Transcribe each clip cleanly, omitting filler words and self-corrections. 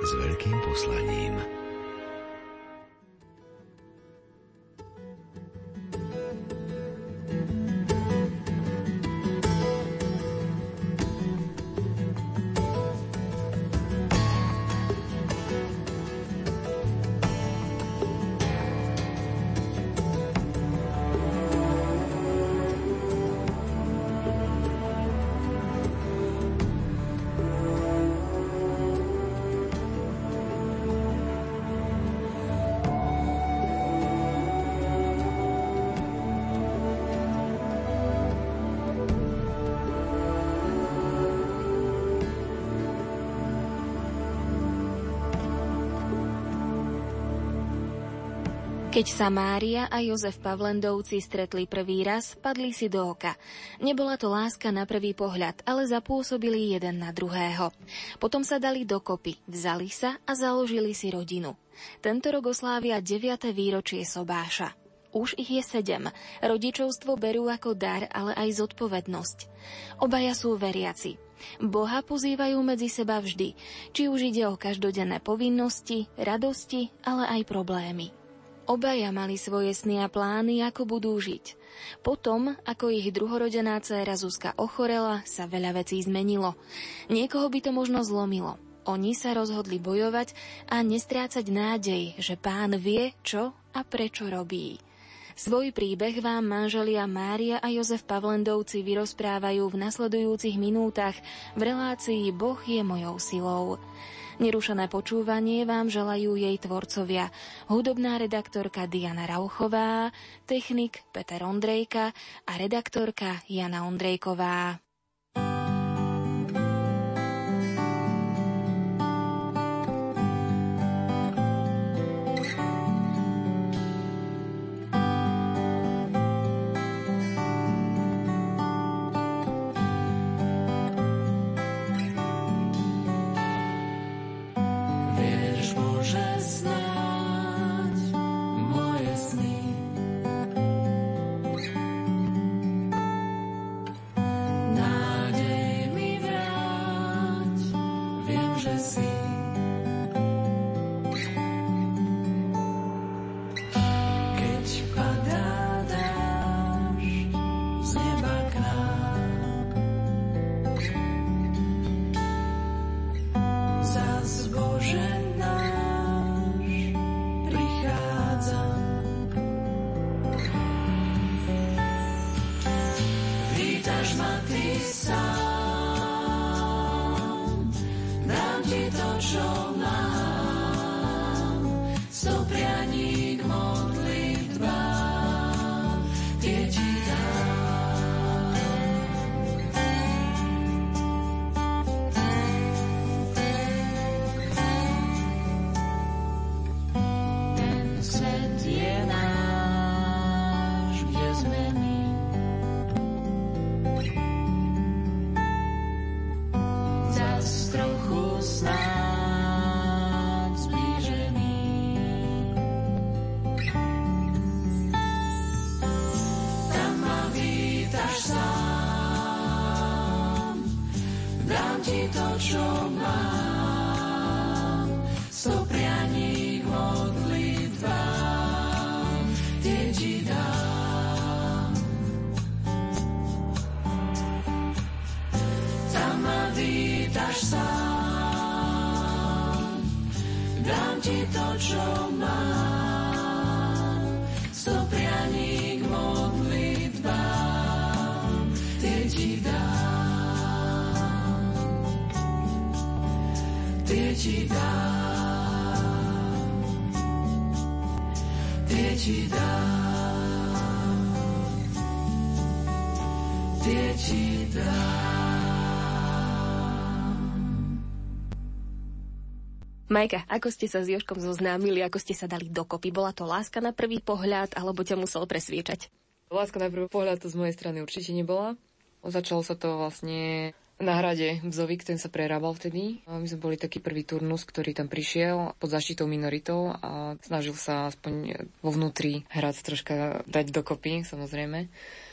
s veľkým poslaním. Keď sa Mária a Jozef Pavlendovci stretli prvý raz, padli si do oka. Nebola to láska na prvý pohľad, ale zapôsobili jeden na druhého. Potom sa dali dokopy, vzali sa a založili si rodinu. Tento rok oslávia 9. výročie sobáša. Už ich je 7. Rodičovstvo berú ako dar, ale aj zodpovednosť. Obaja sú veriaci. Boha pozývajú medzi seba vždy, či už ide o každodenné povinnosti, radosti, ale aj problémy. Obaja mali svoje sny a plány, ako budú žiť. Potom, ako ich druhorodená dcéra Zuzka ochorela, sa veľa vecí zmenilo. Niekoho by to možno zlomilo. Oni sa rozhodli bojovať a nestrácať nádej, že Pán vie, čo a prečo robí. Svoj príbeh vám manželia Mária a Jozef Pavlendovci vyrozprávajú v nasledujúcich minútach v relácii Boh je mojou silou. Nerušené počúvanie vám želajú jej tvorcovia, hudobná redaktorka Diana Rauchová, technik Peter Ondrejka a redaktorka Jana Ondrejková. Majka, ako ste sa s Jožkom zoznámili, ako ste sa dali dokopy? Bola to láska na prvý pohľad, alebo ťa musel presviečať? Láska na prvý pohľad to z mojej strany určite nebola. Začalo sa to vlastne na hrade Bzovík, ten sa prerábal vtedy. My sme boli taký prvý turnus, ktorý tam prišiel pod zaštitou minoritov a snažil sa aspoň vo vnútri hrad troška dať dokopy, samozrejme.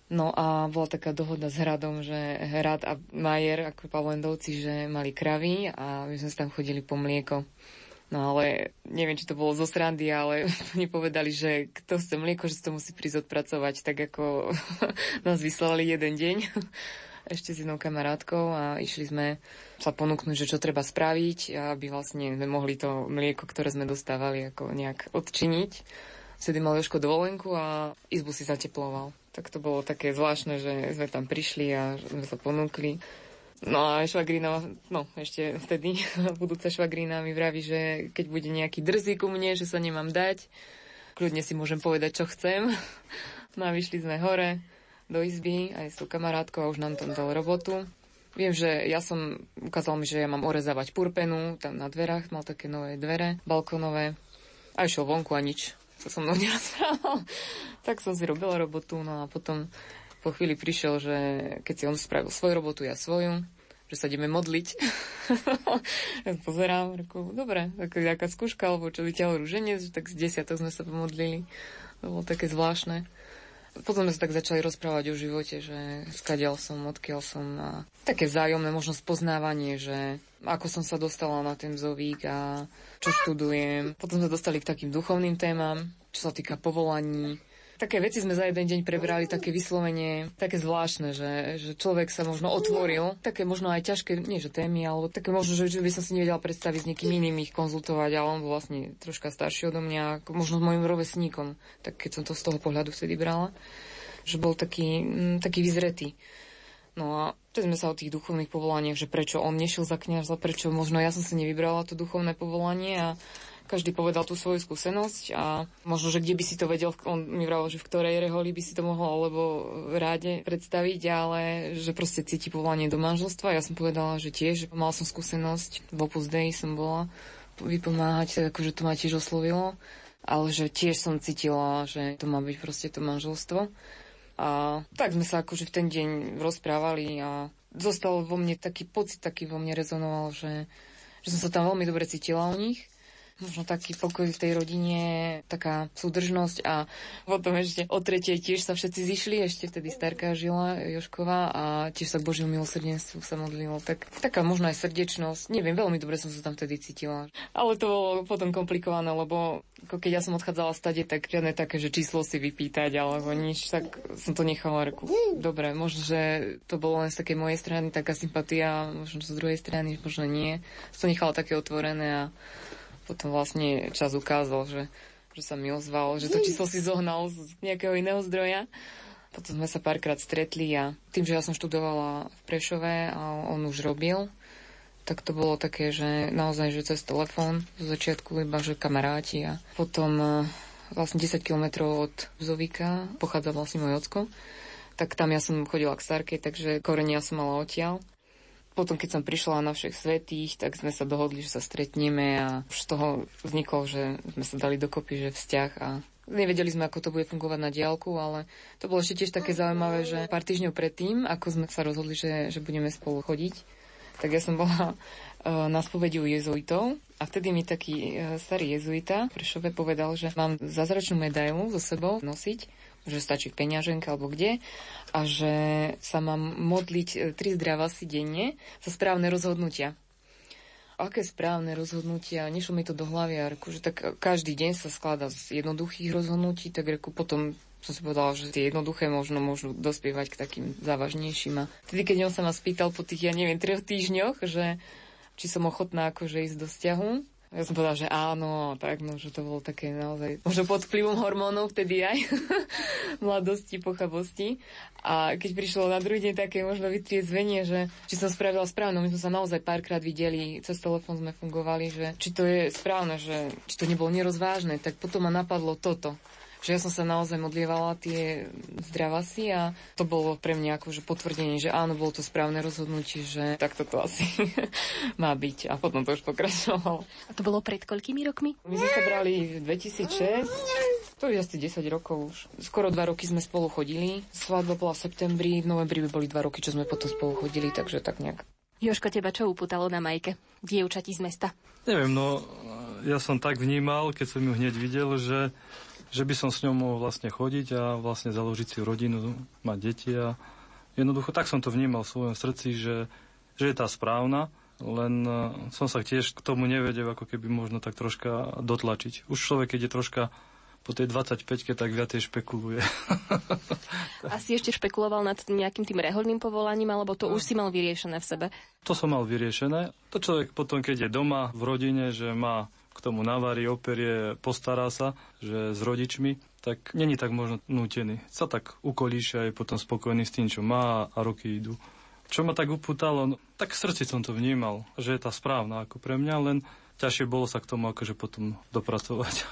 No a bola taká dohoda s Hradom, že Hrad a Majer, ako Pavlendovci, že mali kravy a my sme sa tam chodili po mlieko. No ale neviem, či to bolo zo srandy, ale oni povedali, že kto chce mlieko, že si to musí prísť odpracovať, tak ako nás vyslali jeden deň ešte s jednou kamarátkou a išli sme sa ponúknuť, že čo treba spraviť, aby vlastne sme mohli to mlieko, ktoré sme dostávali, ako nejak odčiniť. Vtedy mal Jožko dovolenku a izbu si zateploval. Tak to bolo také zvláštne, že sme tam prišli a sme sa ponúkli. No a švagrina, ešte vtedy budúca švagrina mi vraví, že keď bude nejaký drzý ku mne, že sa nemám dať, kľudne si môžem povedať, čo chcem. No a vyšli sme hore do izby aj s tou kamarátkou a už nám tam dal robotu. Viem, že ukázal mi, že ja mám orezávať purpenu, tam na dverách mal také nové dvere, balkónové. A išiel vonku a nič sa so mnou nerozprával. Tak som si robila robotu, no a potom po chvíli prišiel, že keď si on spravil svoju robotu, ja svoju, že sa ideme modliť. Ja pozerám, reku, dobre, taká skúška, alebo čo vyťahol rúženec, tak z 10 sme sa pomodlili. To bolo také zvláštne. Potom sme sa tak začali rozprávať o živote, že skadiaľ som, odkiaľ som a také vzájomné možno spoznávanie, že ako som sa dostala na ten Bzovík a čo študujem. Potom sme dostali k takým duchovným témam, čo sa týka povolaní. Také veci sme za jeden deň prebrali, také vyslovene, také zvláštne, že človek sa možno otvoril, také možno aj ťažké, nie že témy, ale také možno, že by som si nevedela predstaviť s niekým iným ich konzultovať, ale on bol vlastne troška starší odo mňa, možno s mojim rovesníkom, tak keď som to z toho pohľadu vtedy brala, že bol taký vyzretý. No a teď sme sa o tých duchovných povolaniach, že prečo on nešiel za kňaza, prečo možno ja som si nevybrala to duchovné povolanie a každý povedal tú svoju skúsenosť a možno, že kde by si to vedel, on mi vravel, že v ktorej reholi by si to mohol alebo ráde predstaviť, ale že proste cíti povolanie do manželstva. Ja som povedala, že tiež mal som skúsenosť, v Opus Dei som bola vypomáhať, tak akože to ma tiež oslovilo, ale že tiež som cítila, že to má byť proste to manželstvo. A tak sme sa akože v ten deň rozprávali a zostal vo mne taký pocit, taký vo mne rezonoval, že som sa tam veľmi dobre cítila u nich. Možno taký pokoj v tej rodine, taká súdržnosť a potom ešte o 3:00 tiež sa všetci zišli, ešte vtedy starká žila Jožková a tiež sa k Božiemu milosrdenstvu sa modlilo. Tak, taká možno aj srdečnosť, neviem, veľmi dobre som sa tam vtedy cítila. Ale to bolo potom komplikované, lebo keď ja som odchádzala stade, tak žiadne také, že číslo si vypýtať alebo nič, tak som to nechala, reku, dobre, možno, že to bolo len z takej mojej strany taká sympatia, možno z druhej strany, možno nie. Som to nechala také otvorené a potom vlastne čas ukázal, že sa mi ozval, že to číslo si zohnal z nejakého iného zdroja. Potom sme sa párkrát stretli a tým, že ja som študovala v Prešove a on už robil, tak to bolo také, že naozaj, že cez telefón zo začiatku iba, že kamaráti a potom vlastne 10 kilometrov od Bzovíka pochádza vlastne môj ocko, tak tam ja som chodila k Starkej, takže korenia som mala odtiaľ. Potom, keď som prišla na Všech svätých, tak sme sa dohodli, že sa stretneme a už z toho vzniklo, že sme sa dali dokopy, že vzťah a nevedeli sme, ako to bude fungovať na diaľku, ale to bolo ešte tiež také zaujímavé, že pár týždňov predtým, ako sme sa rozhodli, že budeme spolu chodiť, tak ja som bola na spovedi u jezuitov a vtedy mi taký starý jezuita v Prešove povedal, že mám zázračnú medailu so sebou nosiť, že stačí v peňaženke alebo kde a že sa mám modliť 3 zdravasy denne za správne rozhodnutia. Aké správne rozhodnutia? Nešlo mi to do hlavy a reku, že tak každý deň sa skladá z jednoduchých rozhodnutí, tak reku potom som si povedala, že tie jednoduché možno môžu dospievať k takým závažnejším. A vtedy, keď on sa ma spýtal po tých, 3 týždňoch, že či som ochotná akože ísť do vzťahu, ja som povedala, že áno, tak, no, že to bolo také naozaj, možno pod vplyvom hormónov vtedy aj, mladosti, pochavosti. A keď prišlo na druhý deň také možno vytriezvenie, že či som spravila správne, my sme sa naozaj párkrát videli, cez telefón sme fungovali, že či to je správne, že či to nebolo nerozvážne, tak potom ma napadlo toto. Že ja som sa naozaj modlievala tie zdravasy a to bolo pre mňa akože potvrdenie, že áno, bolo to správne rozhodnutie, že takto to asi má byť. A potom to už pokračovalo. A to bolo pred koľkými rokmi? My sme sa brali v 2006. To je asi 10 rokov už. Skoro 2 roky sme spolu chodili. Svadba bola v septembri, v novembri by boli 2 roky, čo sme potom spolu chodili, takže tak nejak. Jožko, teba čo upútalo na Majke? Dievčati z mesta? Neviem, no ja som tak vnímal, keď som ju hneď videl, že že by som s ňou mohol vlastne chodiť a vlastne založiť si rodinu, mať deti a jednoducho tak som to vnímal v svojom srdci, že je tá správna, len som sa tiež k tomu nevedel ako keby možno tak troška dotlačiť. Už človek, keď je troška po tej 25-ke, tak viac špekuluje. Asi ešte špekuloval nad nejakým tým rehoľným povolaním, alebo to už si mal vyriešené v sebe? To som mal vyriešené. To človek potom, keď je doma v rodine, že má k tomu navarí, operie, postará sa, že s rodičmi, tak není tak možno nútený. Sa tak ukolíša a je potom spokojný s tým, čo má a roky idú. Čo ma tak upútalo, tak v srdci som to vnímal, že je tá správna ako pre mňa, len ťažšie bolo sa k tomu akože potom dopracovať.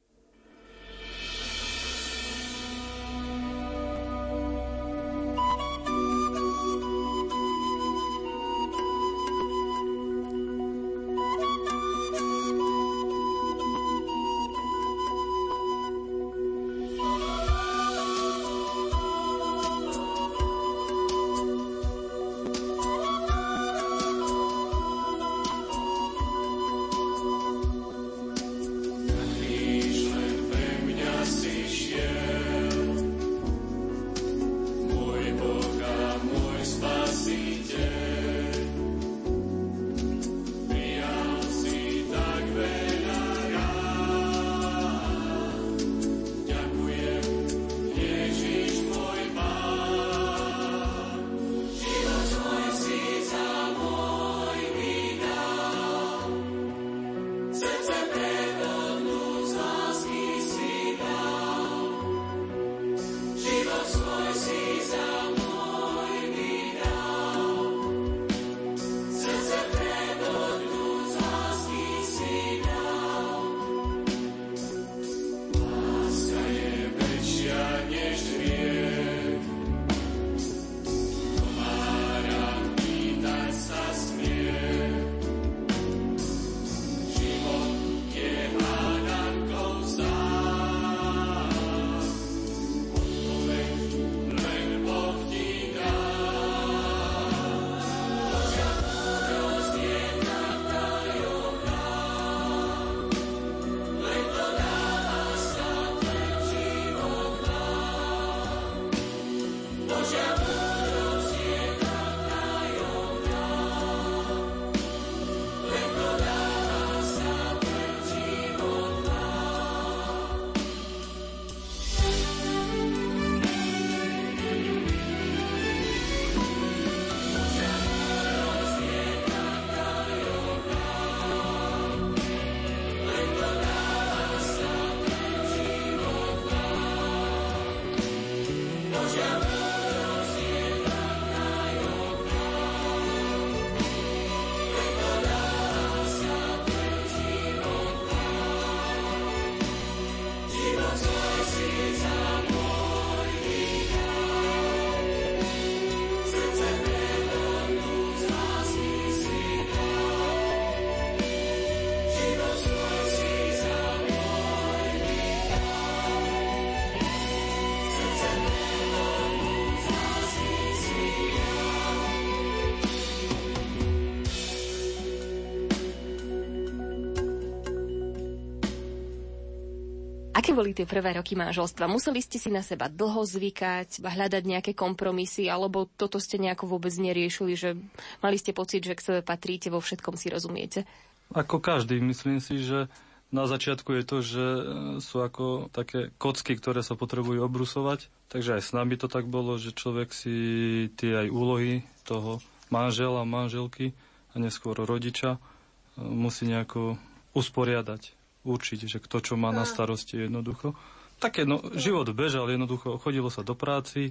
Aké boli tie prvé roky manželstva? Museli ste si na seba dlho zvykať, hľadať nejaké kompromisy, alebo toto ste nejako vôbec neriešili, že mali ste pocit, že k sebe patríte, vo všetkom si rozumiete? Ako každý, myslím si, že na začiatku je to, že sú ako také kocky, ktoré sa potrebujú obrusovať. Takže aj s nami to tak bolo, že človek si tie aj úlohy toho manžela, manželky a neskôr rodiča musí nejako usporiadať. Určiť, že kto čo má na starosti jednoducho. Také, život bežal jednoducho, chodilo sa do práci,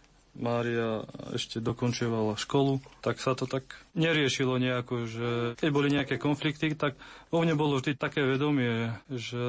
Mária ešte dokončovala školu, tak sa to tak neriešilo nejako, že keď boli nejaké konflikty, tak vo mne bolo vždy také vedomie, že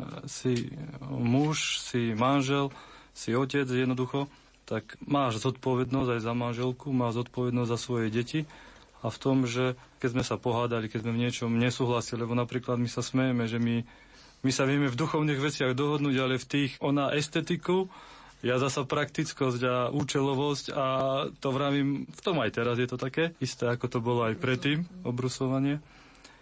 si muž, si manžel, si otec jednoducho, tak máš zodpovednosť aj za manželku, máš zodpovednosť za svoje deti. A v tom, že keď sme sa pohádali, keď sme v niečom nesúhlasili, lebo napríklad my sa smejeme, že my sa vieme v duchovných veciach dohodnúť, ale v tých ona estetiku, ja zasa praktickosť a účelovosť a to vravím, v tom aj teraz je to také, isté ako to bolo aj predtým, obrusovanie.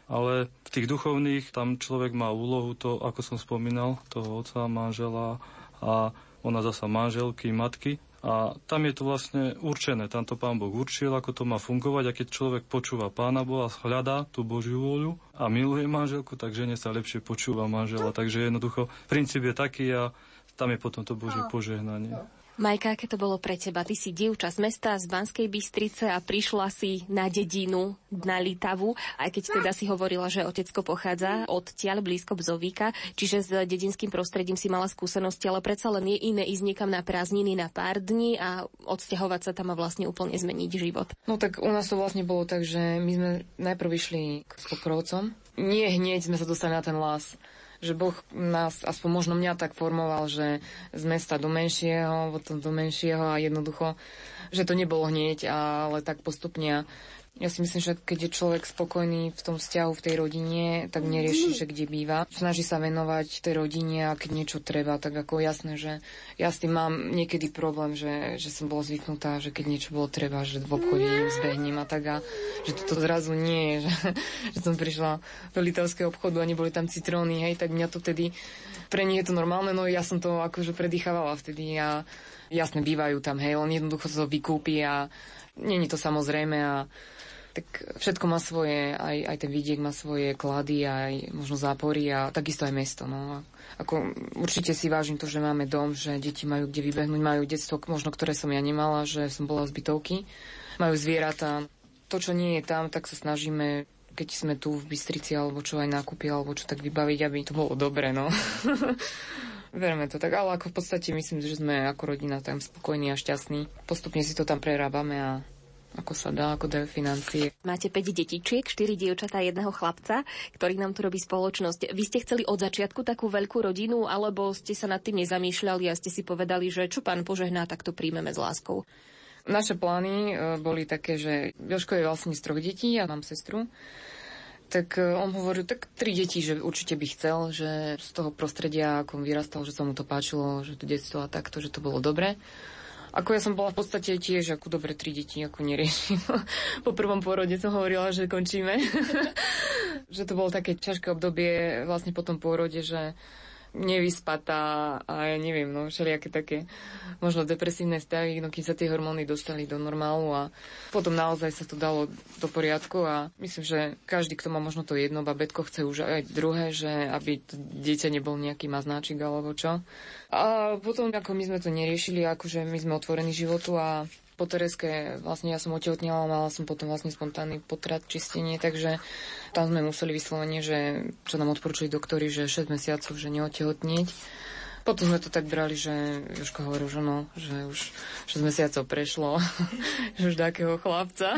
Ale v tých duchovných tam človek má úlohu, to, ako som spomínal, toho otca, manžela a ona zasa manželky, matky. A tam je to vlastne určené, tam to Pán Boh určil, ako to má fungovať. A keď človek počúva Pána Boha, hľadá tú Božiu vôľu a miluje manželku, tak žene sa lepšie počúva manžela. Takže jednoducho princíp je taký a tam je potom to Božie požehnanie. Majka, aké to bolo pre teba? Ty si dievča z mesta, z Banskej Bystrice a prišla si na dedinu, na Litavu, aj keď teda si hovorila, že otecko pochádza odtiaľ blízko Bzovíka, čiže s dedinským prostredím si mala skúsenosti, ale predsa len je iné ísť niekam na prázdniny na pár dní a odsťahovať sa tam a vlastne úplne zmeniť život. No tak u nás to vlastne bolo tak, že my sme najprv išli s pokrovcom. Nie hneď sme sa dostali na ten Lás. Že Boh nás, aspoň možno mňa tak formoval, že z mesta do menšieho, potom do menšieho a jednoducho, že to nebolo hneď, ale tak postupne. Ja si myslím, že keď je človek spokojný v tom vzťahu, v tej rodine, tak nerieši, že kde býva. Snaží sa venovať tej rodine a keď niečo treba, tak ako jasné, že ja s tým mám niekedy problém, že som bola zvyknutá, že keď niečo bolo treba, že v obchode zbehnem a tak a že toto zrazu nie je, že som prišla do litovského obchodu a neboli tam citróny, hej, tak mňa to vtedy, pre nich je to normálne, no ja som to akože predýchávala vtedy a jasne bývajú tam, hej, len jednoducho sa to vykúpi a nie je to samozrejme a tak všetko má svoje, aj ten vidiek má svoje klady, aj možno zápory a takisto aj mesto. No. Ako, určite si vážim to, že máme dom, že deti majú kde vybehnúť, majú detstvo, možno ktoré som ja nemala, že som bola z bytovky, majú zvieratá. To, čo nie je tam, tak sa snažíme, keď sme tu v Bystrici, alebo čo aj nákupy, alebo čo tak vybaviť, aby to bolo dobre, no. Verme to tak, ale ako v podstate myslím, že sme ako rodina tam spokojní a šťastní. Postupne si to tam prerábame a ako sa dá, ako dajú financie. Máte 5 detičiek, 4 dievčatá a 1 chlapca, ktorý nám tu robí spoločnosť. Vy ste chceli od začiatku takú veľkú rodinu, alebo ste sa nad tým nezamýšľali a ste si povedali, že čo Pán požehná, tak to príjmeme s láskou? Naše plány boli také, že Jožko je vlastne z 3 detí, ja mám sestru. Tak on hovoril, tak 3 deti, že určite by chcel, že z toho prostredia, ako on vyrastal, že sa mu to páčilo, že to detstvo a takto, že to bolo dobre. Ako ja som bola v podstate tiež, ako dobre 3 deti, ako neriešim. Po prvom pôrode som hovorila, že končíme. Že to bolo také ťažké obdobie vlastne po tom pôrode, že nevyspatá a ja neviem, no všelijaké také možno depresívne stavy, no kým sa tie hormóny dostali do normálu a potom naozaj sa to dalo do poriadku a myslím, že každý, kto má možno to jedno babetko, chce už aj druhé, že aby to dieťa nebol nejaký maznáčik alebo čo. A potom, ako my sme to neriešili, akože my sme otvorení životu a po Tereske vlastne ja som otehotnela, mala som potom vlastne spontánny potrat, čistenie, takže tam sme museli vyslovene, že čo nám odporúčili doktori, že 6 mesiacov, že neotehotnieť. Potom sme to tak brali, že Jožko hovoril, že no, že už 6 mesiacov prešlo, že už takého chlapca.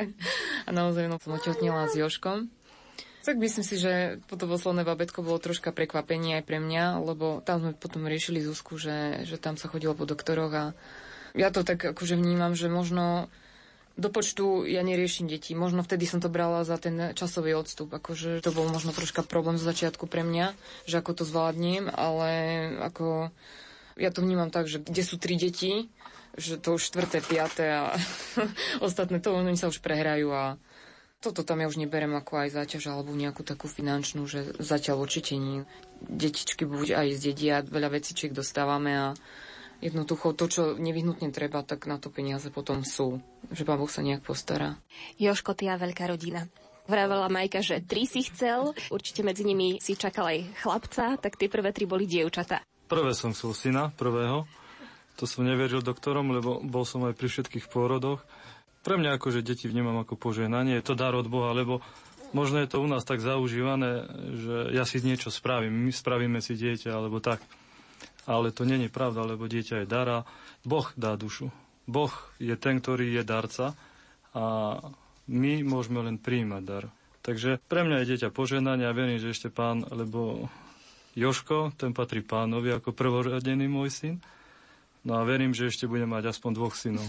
A naozaj som otehotnela s Jožkom. Tak myslím si, že toto posledné babetko bolo troška prekvapenie aj pre mňa, lebo tam sme potom riešili Zuzku, že tam sa chodilo po doktoroch a ja to tak akože vnímam, že možno do počtu ja neriešim deti. Možno vtedy som to brala za ten časový odstup. Akože to bol možno troška problém z začiatku pre mňa, že ako to zvládnem, ale ako ja to vnímam tak, že kde sú 3 deti, že to už 4., 5. a ostatné to oni sa už prehrajú a toto tam ja už neberem ako aj záťaž alebo nejakú takú finančnú, že zatiaľ určite nie. Detičky buď aj z dedia, veľa vecičiek dostávame a jednoducho to, čo nevyhnutne treba, tak na to peniaze potom sú. Že Pán Boh sa nejak postará. Jožko, ty a veľká rodina. Vravela Majka, že 3 si chcel, určite medzi nimi si čakal aj chlapca, tak tie prvé 3 boli dievčatá. Prvé som chcel syna, prvého. To som neveril doktorom, lebo bol som aj pri všetkých pôrodoch. Pre mňa akože deti vnímam ako požehnanie, je to dar od Boha, lebo možno je to u nás tak zaužívané, že ja si niečo spravím, my spravíme si dieťa, alebo tak. Ale to nie je pravda, lebo dieťa je dar a Boh dá dušu. Boh je ten, ktorý je darca a my môžeme len prijímať dar. Takže pre mňa je dieťa požehnanie a verím, že ešte Pán, lebo Jožko, ten patrí Pánovi ako prvorodený môj syn. No a verím, že ešte budem mať aspoň 2 synov.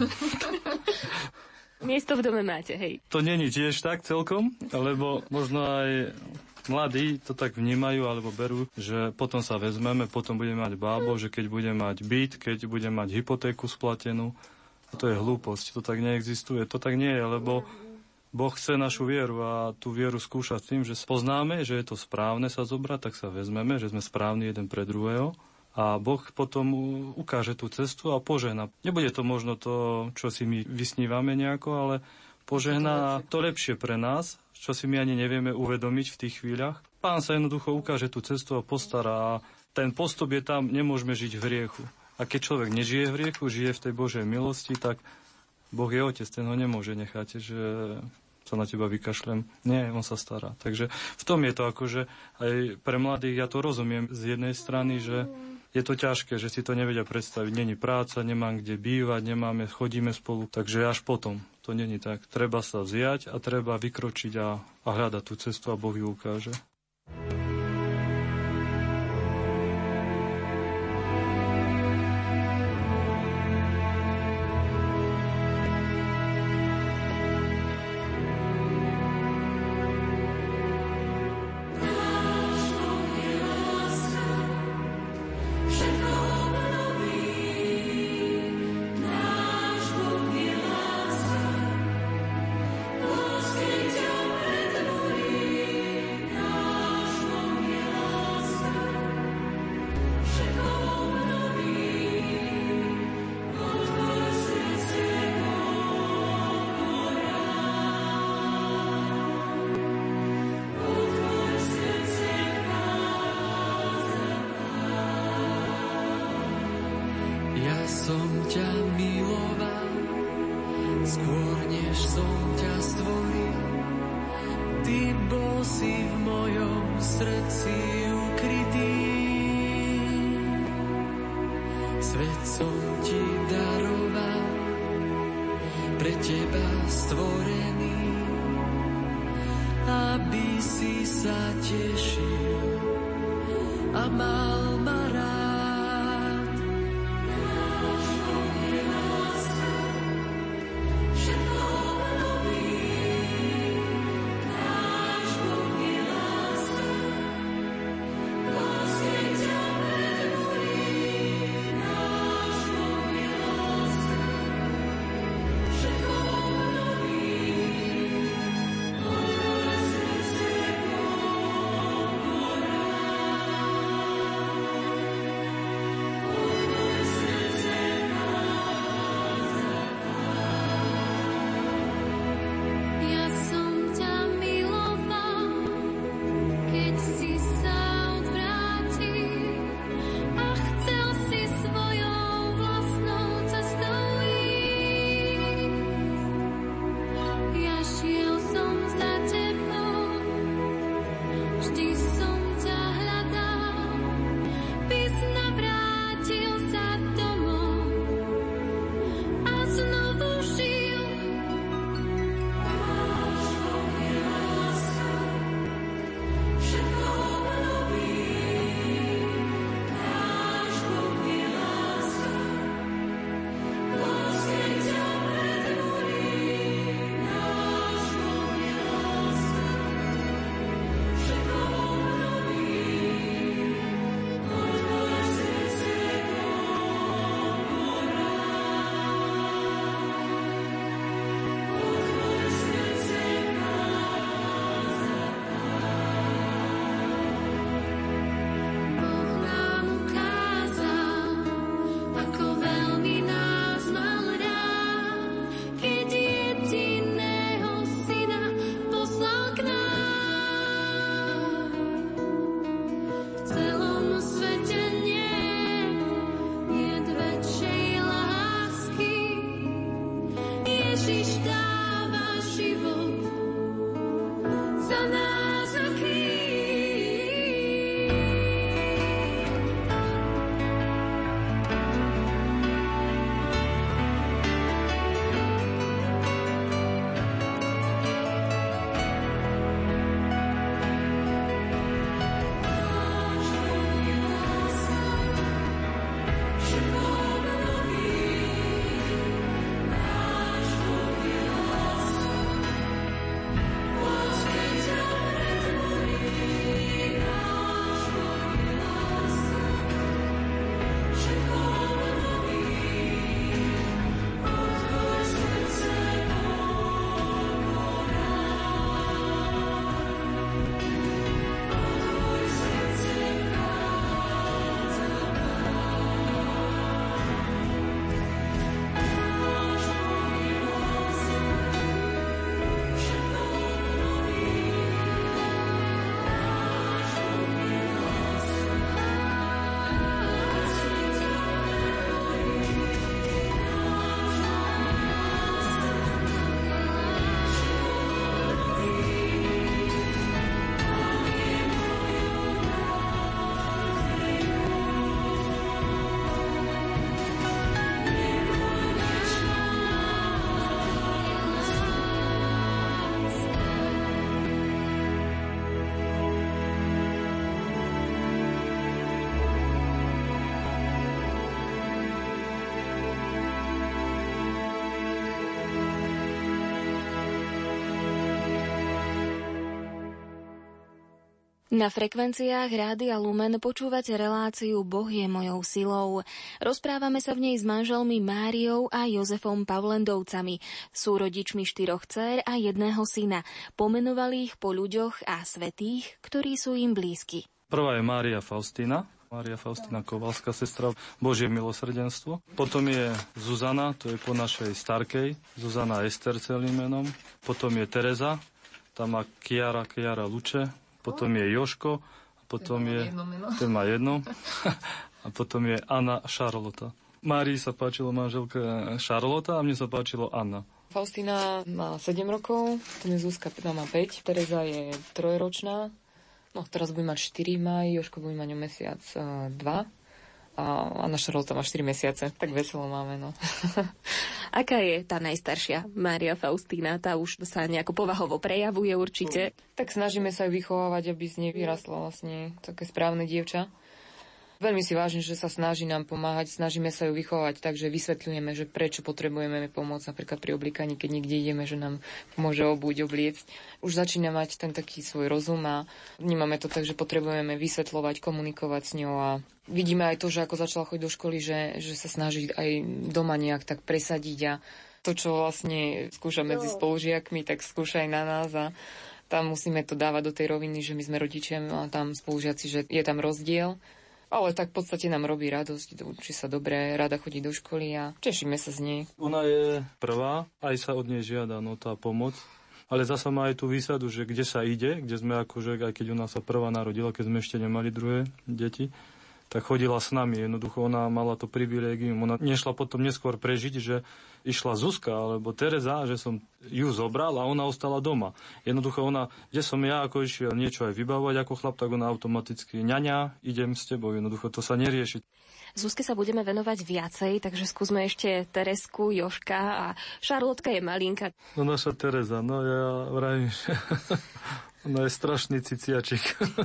Miesto v dome máte, hej. To není tiež tak celkom, lebo možno aj mladí to tak vnímajú alebo berú, že potom sa vezmeme, potom budeme mať bábo, že keď budem mať byt, keď budem mať hypotéku splatenú. To je hlúposť, to tak neexistuje. To tak nie je, lebo Boh chce našu vieru a tú vieru skúša tým, že poznáme, že je to správne sa zobrať, tak sa vezmeme, že sme správni jeden pre druhého. A Boh potom ukáže tú cestu a požehná. Nebude to možno to, čo si my vysnívame nejako, ale požehná to lepšie pre nás, čo si my ani nevieme uvedomiť v tých chvíľach. Pán sa jednoducho ukáže tú cestu a postará. A ten postup je tam, nemôžeme žiť v hriechu. A keď človek nežije v hriechu, žije v tej Božej milosti, tak Boh je otec, ten ho nemôže nechať, že sa na teba vykašlem. Nie, on sa stará. Takže v tom je to akože aj pre mladých, ja to rozumiem z jednej strany, že je to ťažké, že si to nevedia predstaviť. Není práca, nemám kde bývať, chodíme spolu, takže až potom. To není tak. Treba sa vziať a treba vykročiť a hľadať tú cestu a Boh ju ukáže. Na frekvenciách Rádia Lumen počúvate reláciu Boh je mojou silou. Rozprávame sa v nej s manželmi Máriou a Jozefom Pavlendovcami, súrodičmi 4 dcér a 1 syna. Pomenovali ich po ľuďoch a svätých, ktorí sú im blízki. Prvá je Mária Faustína Kovalská, sestra Božie milosrdenstvo. Potom je Zuzana, to je po našej starkej, Zuzana Ester celým menom. Potom je Tereza, tam má Kiara Luče. Potom je Joško, ten má jedno, a potom je Anna Šarlota. Márii sa páčilo manželka Šarlota a mne sa páčilo Anna. Faustína má 7 rokov, potom je Zuzka, má 5, Tereza je 3-ročná, teraz bude mať 4 maj, Joško bude mať o mesiac 2 a Anna Šarlota má 4 mesiace, tak veselo máme, Aká je tá najstaršia, Mária Faustína? Tá už sa nejako povahovo prejavuje určite. Tak snažíme sa ju vychovávať, aby z nej vyrastla vlastne také správne dievča. Veľmi si vážim, že sa snaží nám pomáhať, snažíme sa ju vychovať, takže vysvetľujeme, že prečo potrebujeme pomôcť napríklad pri oblíkaní, keď niekde ideme, že nám pomôže obuť, obliecť. Už začína mať ten taký svoj rozum a vnímame to tak, že potrebujeme vysvetľovať, komunikovať s ňou a vidíme aj to, že ako začala chodiť do školy, že sa snaží aj doma nejak tak presadiť a to, čo vlastne skúša medzi spolužiakmi, tak skúša aj na nás a tam musíme to dávať do tej roviny, že my sme rodičia a tam spolužiaci, že je tam rozdiel. Ale tak v podstate nám robí radosť, učí sa dobre, rada chodí do školy a tešíme sa z nej. Ona je prvá, aj sa od nej žiada tá pomoc, ale zasa má aj tú výsadu, že kde sa ide, kde sme akože, aj keď ona sa prvá narodila, keď sme ešte nemali druhé deti, tak chodila s nami. Jednoducho ona mala to privilégium. Ona nešla potom neskôr prežiť, že išla Zuzka alebo Tereza, že som ju zobral a ona ostala doma. Jednoducho ona, kde som ja ako išiel niečo aj vybavovať ako chlap, tak ona automaticky ňaňa, idem s tebou. Jednoducho to sa nerieši. Zuzke sa budeme venovať viacej, takže skúsme ešte Teresku, Joška a Šarlotka je malinka. Naša Tereza, ja vravím, ona je strašný ciciačik.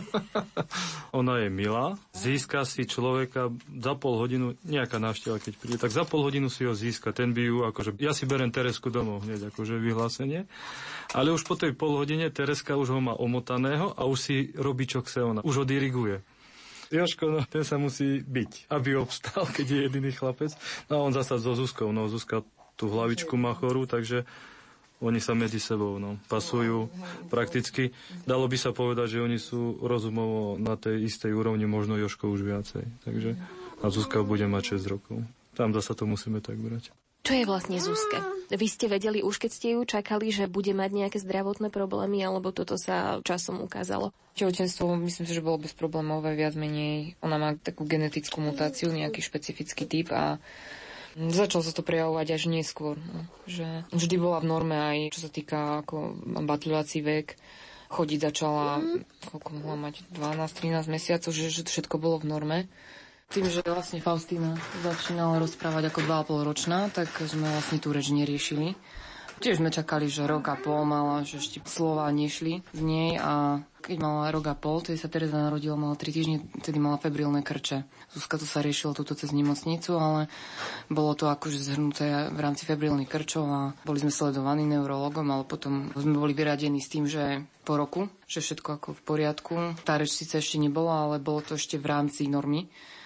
Ona je milá, získa si človeka za pol hodinu, nejaká návšteva, keď príde, tak za pol hodinu si ho získa. Ten by ju, akože, ja si berem Teresku domov hneď, akože vyhlásenie. Ale už po tej pol hodine Tereska už ho má omotaného a už si robí, čo chce ona. Už ho diriguje. Joško, ten sa musí byť, aby obstal, keď je jediný chlapec. No a on zasa so Zuzkou. Zuzka tú hlavičku má chorú, takže oni sa medzi sebou pasujú prakticky. Dalo by sa povedať, že oni sú rozumovo na tej istej úrovni, možno Joško už viacej. Takže a Zuzka bude mať 6 rokov. Tam zasa to musíme tak brať. Čo je vlastne Zuzka? Vy ste vedeli už, keď ste ju čakali, že bude mať nejaké zdravotné problémy, alebo toto sa časom ukázalo? Tehotenstvo, myslím si, že bolo bezproblémové, viac menej. Ona má takú genetickú mutáciu, nejaký špecifický typ a začalo sa to prejavovať až neskôr. Že vždy bola v norme aj čo sa týka ako batľovací vek. Chodiť začala, koľko mohla mať, 12-13 mesiacov, že všetko bolo v norme. Tým, že vlastne Faustína začínala rozprávať ako 2,5 ročná, tak sme vlastne tú reč neriešili. Tiež sme čakali, že rok a pol mala, že ešte slova nešli z nej a keď mala rok a pol, tedy sa Tereza narodila, mala 3 týždne, tedy mala febrilné krče. Zuzka to sa riešilo túto cez nemocnicu, ale bolo to akože zhrnuté v rámci febrilných krčov a boli sme sledovaní neurologom, ale potom sme boli vyradení s tým, že po roku, že všetko ako v poriadku. Tá reč síce ešte nebola, ale bolo to ešte v rámci normy.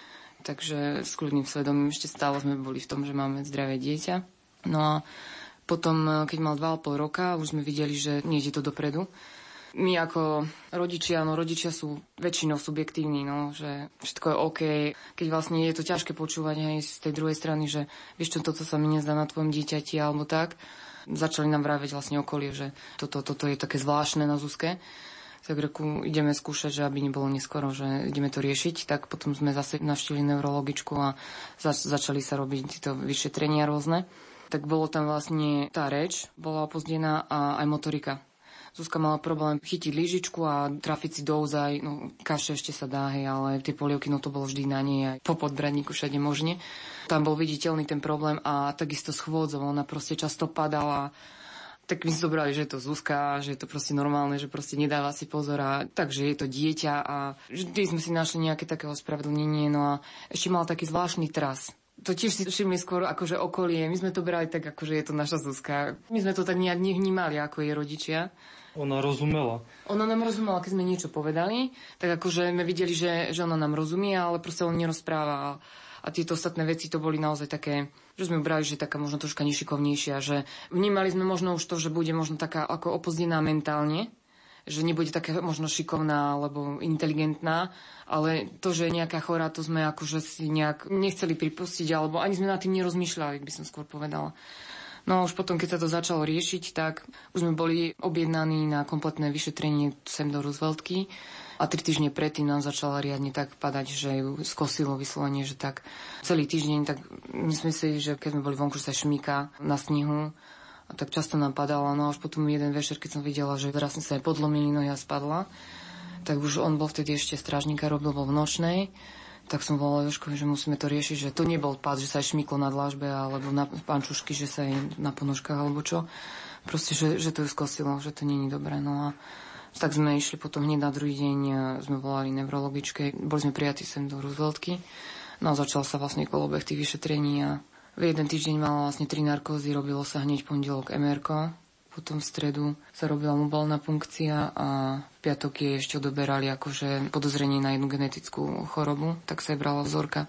Takže s kľudným svedomím ešte stále sme boli v tom, že máme zdravé dieťa. No a potom, keď mal 2,5 roka, už sme videli, že nie ide to dopredu. My ako rodičia, rodičia sú väčšinou subjektívni, že všetko je OK. Keď vlastne je to ťažké počúvať aj z tej druhej strany, že vieš čo, toto sa mi nezdá na tvojom dieťati alebo tak. Začali nám vraveť vlastne okolie, že toto je také zvláštne na Zuzke. Tak reku, ideme skúšať, že aby nebolo neskoro, že ideme to riešiť. Tak potom sme zase navštívili neurologičku a začali sa robiť tieto vyšetrenia rôzne. Tak bolo tam vlastne tá reč, bola opozdená a aj motorika. Zuzka mala problém chytiť lyžičku a trafiť si do úzaj, kaše ešte sa dá, ale tie polievky, to bolo vždy na nej, aj po podbradníku všade možne. Tam bol viditeľný ten problém a takisto s chôdzou, ona proste často padala. Tak my si zobrali, že je to Zuzka, že je to proste normálne, že proste nedáva si pozor a takže je to dieťa a vždy sme si našli nejaké také ospravedlnenie. No a ešte mal taký zvláštny tras. To tiež si všimli skôr akože okolie. My sme to brali tak, akože je to naša Zuzka. My sme to tak nejak nevnímali ako jej rodičia. Ona rozumela. Ona nám rozumela, keď sme niečo povedali, tak akože sme videli, že ona nám rozumie, ale proste on nerozpráva. A tieto ostatné veci to boli naozaj také, že sme brali, že taká možno troška nešikovnejšia, že vnímali sme možno už to, že bude možno taká ako opozdená mentálne, že nebude taká možno šikovná alebo inteligentná, ale to, že je nejaká chorá, to sme akože si nejak nechceli pripustiť, alebo ani sme nad tým nerozmýšľali, by som skôr povedala. No a už potom, keď sa to začalo riešiť, tak už sme boli objednaní na kompletné vyšetrenie sem do Rooseveltky a 3 týždne predtým nám začala riadne tak padať, že ju skosilo vyslovene, že tak celý týždeň, tak myslím si, že keď sme boli vonku, že sa šmíka na snehu, a tak často nám padala, no až potom jeden večer, keď som videla, že raz sa aj podlomili nohy a spadla, tak už on bol vtedy ešte strážnika, bol v nočnej, tak som volala Jožkovi, že musíme to riešiť, že to nebol pád, že sa aj šmyklo na dlážbe alebo na pančušky, že sa aj na ponožkách alebo čo. Proste, že to ju skosilo, že to nie je dobré. No a tak sme išli potom hneď na druhý deň, sme volali neurologičke, boli sme prijatí sem do Rooseveltky. No a začal sa vlastne kolobeh tých vyšetrení a v jeden týždeň mala vlastne 3 narkózy, robilo sa hneď pondelok MR-ko, potom v stredu sa robila mobilná punkcia a v piatok jej ešte odoberali akože podozrenie na jednu genetickú chorobu, tak sa jej brala vzorka.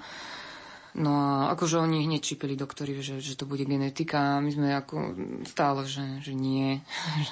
No a akože oni hneď čípili doktori, že to bude genetika a my sme ako stále, že nie,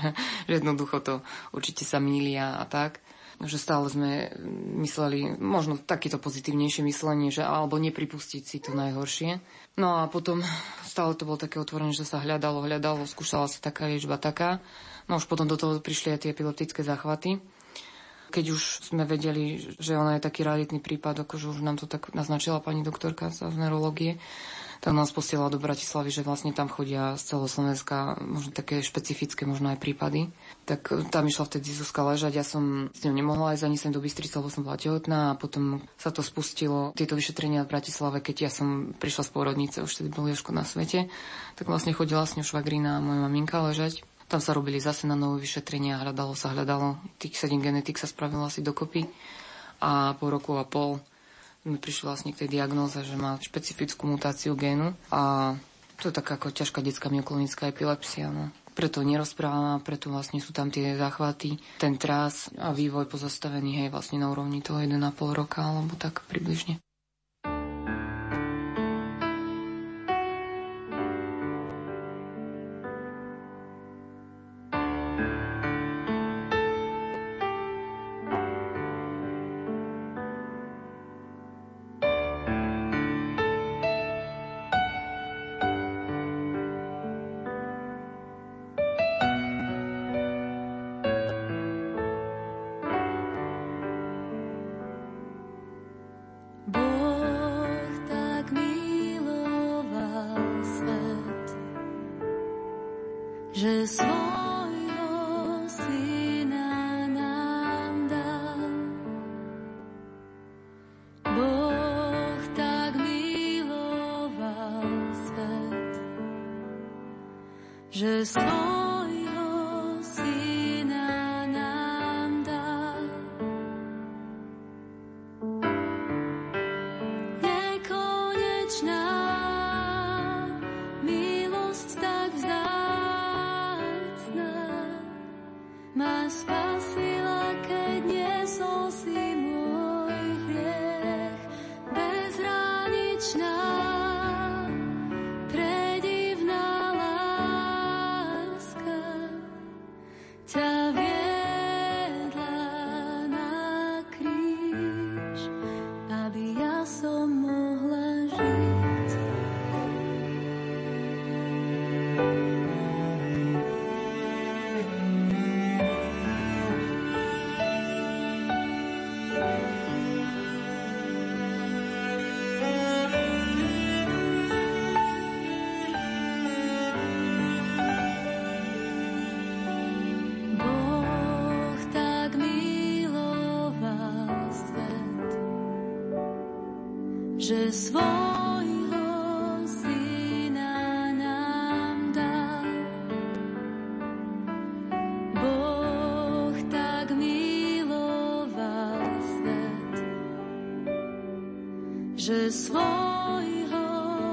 že jednoducho to určite sa mýlia a tak. Že stále sme mysleli, možno takéto pozitívnejšie myslenie, že alebo nepripustiť si to najhoršie. No a potom stále to bolo také otvorené, že sa hľadalo, skúšala sa taká liečba taká. No už potom do toho prišli aj tie epileptické záchvaty. Keď už sme vedeli, že ona je taký raritný prípad, akože už nám to tak naznačila pani doktorka z neurológie, tak nás posielala do Bratislavy, že vlastne tam chodia z celého Slovenska možno také špecifické možno aj prípady. Tak tam išla vtedy Zuzka ležať, ja som s ňou nemohla ísť ani sem do Bystrice, lebo som bola tehotná a potom sa to spustilo, tieto vyšetrenia v Bratislave, keď ja som prišla z pôrodnice, už vtedy bol Jožko na svete, tak vlastne chodila s ňou švagrina a moja maminka ležať. Tam sa robili zase na nové vyšetrenia, hľadalo, tých 7 genetik sa spravilo asi dokopy a po roku a pol my prišli vlastne k tej diagnóze, že má špecifickú mutáciu génu a to je taká ako ťažká detská myoklonická epilepsia. No. Preto nerozpráva, preto vlastne sú tam tie záchvaty, ten trás a vývoj pozastavený, hej, vlastne na úrovni toho 1,5 roka alebo tak približne. Že svojho syna nám dal. Boh tak miloval svet, že svojho syna nám dal. Nekonečná milosť tak ma spasila, keď niesol si môj hriech. Bezhraničná, predivná láska ťa viedla na kríž, aby ja som mohla žiť. Že svojho syna nám dal. Boh tak miloval svet, že svojho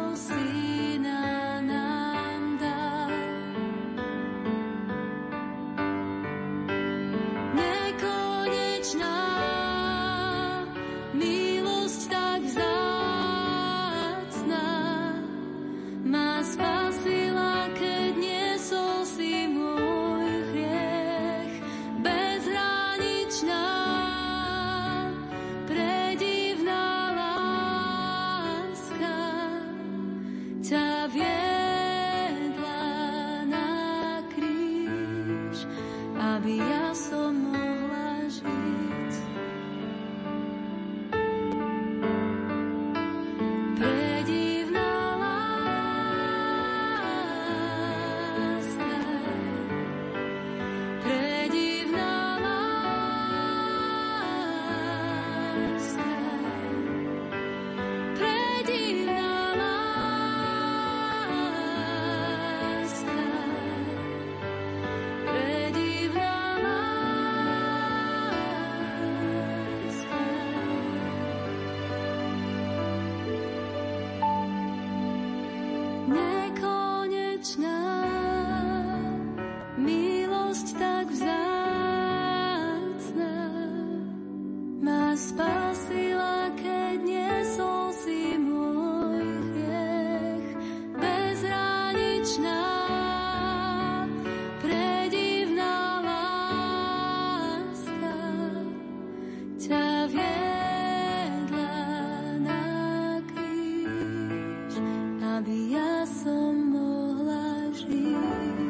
sila, keď niesol si môj hriech. Bezhraničná, predivná láska ťa viedla na kríž, aby ja som mohla žiť.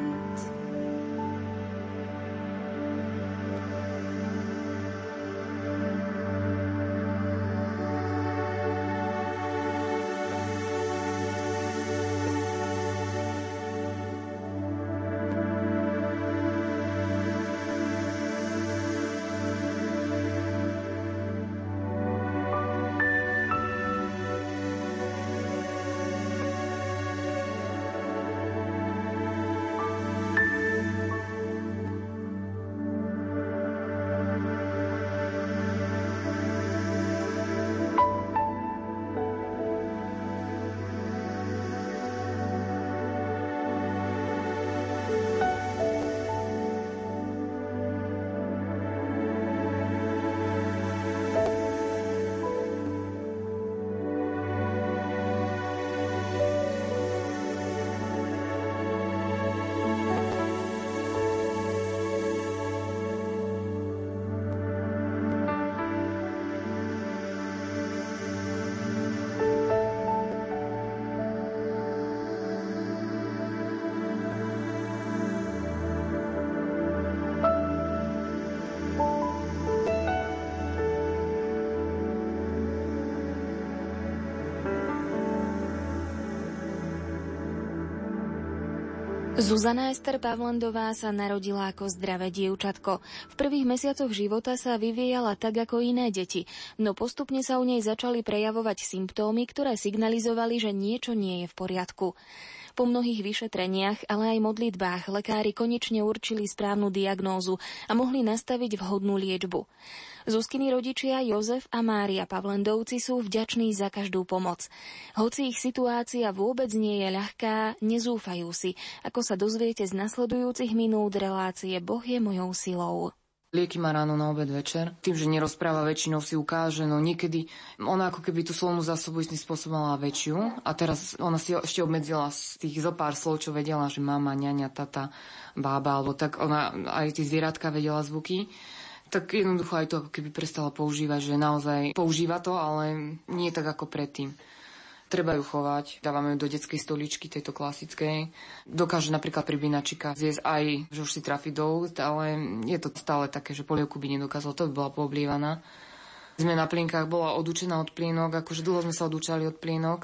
Zuzana Ester Pavlendová sa narodila ako zdravé dievčatko. V prvých mesiacoch života sa vyvíjala tak ako iné deti, no postupne sa u nej začali prejavovať symptómy, ktoré signalizovali, že niečo nie je v poriadku. Po mnohých vyšetreniach, ale aj modlitbách lekári konečne určili správnu diagnózu a mohli nastaviť vhodnú liečbu. Zuzkini rodičia Jozef a Mária Pavlendovci sú vďační za každú pomoc. Hoci ich situácia vôbec nie je ľahká, nezúfajú si, ako sa dozviete z nasledujúcich minút relácie Boh je mojou silou. Lieky má ráno, na obed, večer. Tým, že nerozpráva, väčšinou si ukáže, no niekedy ona ako keby tú slovnú zásobu istým spôsobom mala väčšiu a teraz ona si ešte obmedzila z tých zopár slov, čo vedela, že mama, ňaňa, tata, bába, alebo tak ona aj tie zvieratka vedela zvuky. Tak jednoducho aj to ako keby prestala používať, že naozaj používa to, ale nie tak ako predtým. Treba ju chovať, dávame ju do detskej stoličky, tejto klasickej. Dokáže napríklad pribínačika zjesť aj, že už si trafi do úst, ale je to stále také, že polievku by nedokázala, to by bola pooblievaná. Sme na plienkach, bola odučená od plienok, akože dlho sme sa odučali od plienok.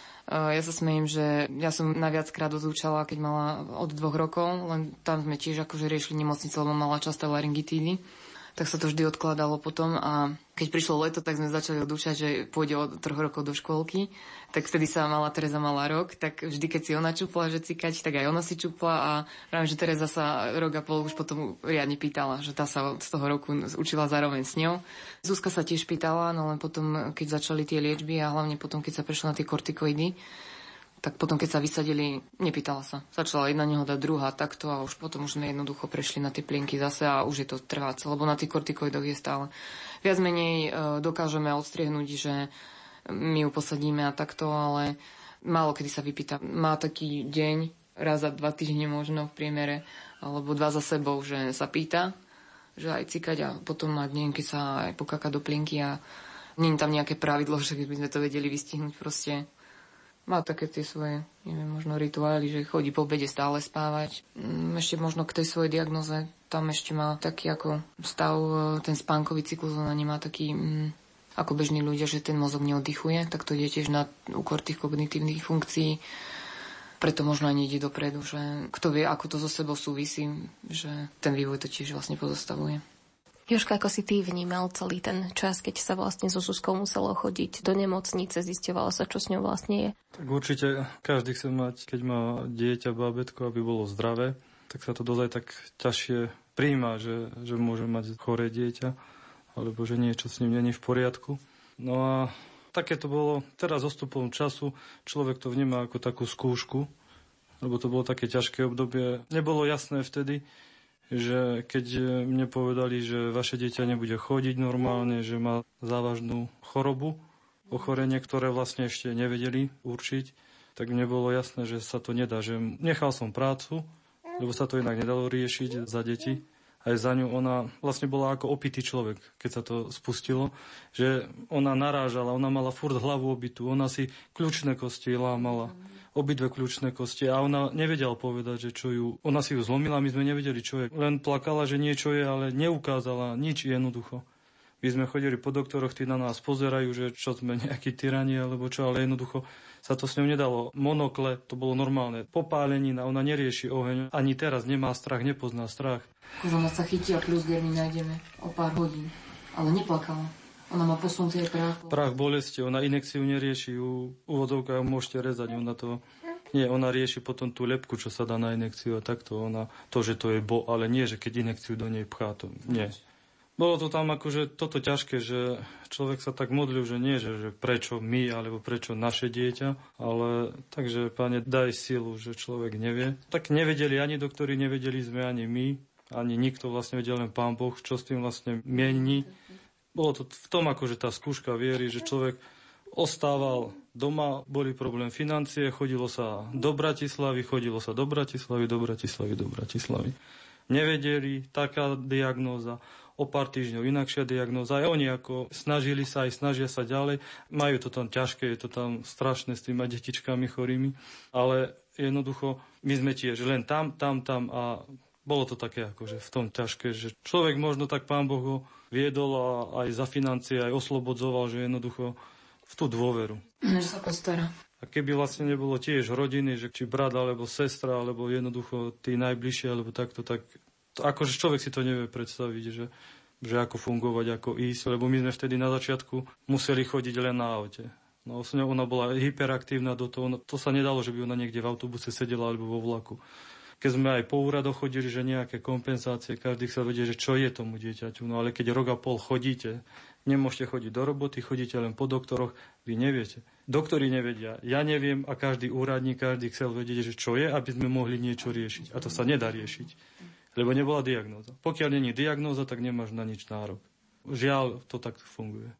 Ja sa smejím, že ja som naviackrát odúčala, keď mala od 2 rokov, len tam sme tiež akože riešili nemocnice, lebo mala časté laryngitídy. Tak sa to vždy odkladalo potom a keď prišlo leto, tak sme začali odúčať, že pôjde od 3 rokov do škôlky. Tak vtedy sa Tereza mala rok, tak vždy, keď si ona čupla, že cikať, tak aj ona si čupla a pravím, že Tereza sa rok a pol už potom riadne pýtala, že tá sa z toho roku učila zároveň s ňou. Zuzka sa tiež pýtala, no len potom, keď začali tie liečby a hlavne potom, keď sa prešlo na tie kortikoidy, tak potom, keď sa vysadili, nepýtala sa. Začala jedna nehoda, druhá, takto a už potom už sme jednoducho prešli na tie plienky zase a už je to trváce, lebo na tých kortikoidoch je stále. Viac menej dokážeme odstriehnúť, že my ju posadíme a takto, ale málo kedy sa vypýta. Má taký deň, raz za 2 týždne možno v priemere, alebo 2 za sebou, že sa pýta, že aj cikať a potom má deň, keď sa aj pokáka do plienky a nie je tam nejaké pravidlo, že by sme to vedeli vystihnúť proste. Má také tie svoje, neviem, možno rituály, že chodí po obede stále spávať. Ešte možno k tej svojej diagnoze, tam ešte má taký ako stav, ten spánkový cyklus, ona nemá taký, ako bežní ľudia, že ten mozog neoddychuje, tak to ide tiež na úkor tých kognitívnych funkcií. Preto možno aj nejde dopredu, že kto vie, ako to so sebou súvisí, že ten vývoj to tiež vlastne pozastavuje. Jožka, ako si ty vnímal celý ten čas, keď sa vlastne so Zuzkou muselo chodiť do nemocnice, zisťovalo sa, čo s ňou vlastne je? Tak určite každý chce mať, keď má dieťa, bábätko, aby bolo zdravé, tak sa to dozaj tak ťažšie prijíma, že môže mať choré dieťa, alebo že niečo s ním nie je v poriadku. No a také to bolo teraz odstupom času, človek to vníma ako takú skúšku, lebo to bolo také ťažké obdobie. Nebolo jasné vtedy, že keď mne povedali, že vaše dieťa nebude chodiť normálne, že má závažnú chorobu, ochorenie, ktoré vlastne ešte nevedeli určiť, tak mne bolo jasné, že sa to nedá. Že nechal som prácu, lebo sa to inak nedalo riešiť za deti. Aj za ňu ona vlastne bola ako opitý človek, keď sa to spustilo, že ona narážala, ona mala furt hlavu obitú, ona si kľúčne kosti lámala, obidve kľúčne kosti a ona nevedela povedať, že čo ju, ona si ju zlomila, my sme nevedeli, čo je. Len plakala, že niečo je, ale neukázala nič jednoducho. My sme chodili po doktoroch, tí na nás pozerajú, že čo sme nejakí tyrani alebo čo, ale jednoducho sa to s ňou nedalo. Monokle, to bolo normálne. Popálenina, ona nerieši oheň. Ani teraz nemá strach, nepozná strach. Ona sa chytí a kľúzger my nájdeme o pár hodín. Ale neplakala. Ona má posunuté prach. Prach bolesti, ona inekciu nerieši. Úvodovka môžete rezať. Ona to... Nie, ona rieši potom tú lepku, čo sa dá na inekciu a takto. Ona to, že to je ale nie, že keď inekciu do nej pchá, to nie. Bolo to tam akože toto ťažké, že človek sa tak modlil, že nie, že prečo my, alebo prečo naše dieťa, ale takže, Pane, daj silu, že človek nevie. Tak nevedeli ani doktori, nevedeli sme ani my, ani nikto vlastne vedel, len Pán Boh, čo s tým vlastne mieni. Bolo to v tom akože tá skúška viery, že človek ostával doma, boli problém financie, chodilo sa do Bratislavy. Nevedeli, taká diagnóza. O pár týždňov inakšia diagnóza. Aj oni ako snažili sa, aj snažia sa ďalej. Majú to tam ťažké, je to tam strašné s tými detičkami chorými. Ale jednoducho, my sme tiež len tam a bolo to také akože v tom ťažké, že človek možno tak Pán Boh ho viedol a aj za financie, aj oslobodzoval, že jednoducho v tú dôveru. Že sa postará. A keby vlastne nebolo tiež rodiny, že či brat, alebo sestra, alebo jednoducho tí najbližšie, alebo takto, tak akože človek si to nevie predstaviť, že ako fungovať, ako ísť, lebo my sme vtedy na začiatku museli chodiť len na aute. No, ona bola hyperaktívna do toho, to sa nedalo, že by ona niekde v autobuse sedela alebo vo vlaku. Keď sme aj po úradoch chodili, že nejaké kompenzácie, každý chcel vedieť, že čo je tomu dieťaťu. No ale keď rok a pol chodíte, nemôžete chodiť do roboty, chodíte len po doktoroch, vy neviete. Doktori nevedia, ja neviem a každý úradník, každý chcel vedieť, že čo je, aby sme mohli niečo riešiť. A to sa nedá riešiť. Lebo nebola diagnóza. Pokiaľ není diagnóza, tak nemáš na nič nárok. Žiaľ, to tak funguje.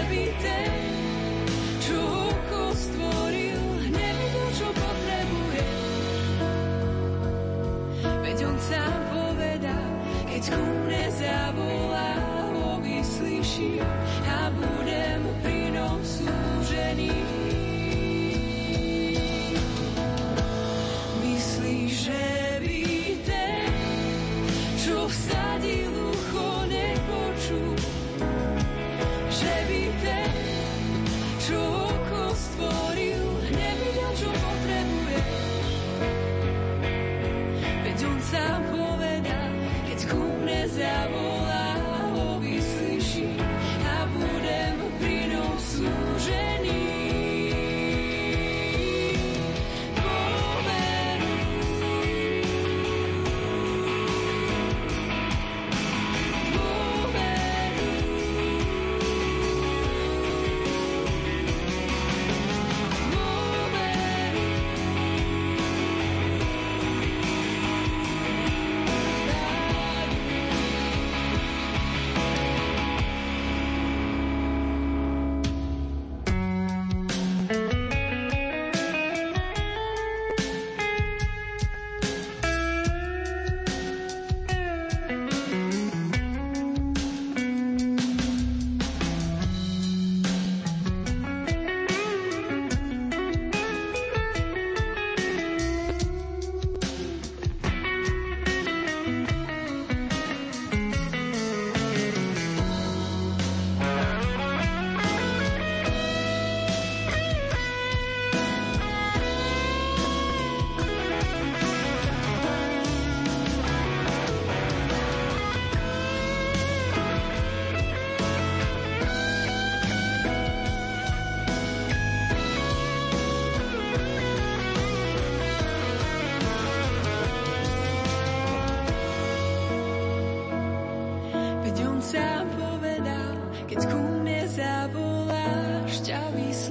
Čo oko stvoril, hneď to, čo potrebuje.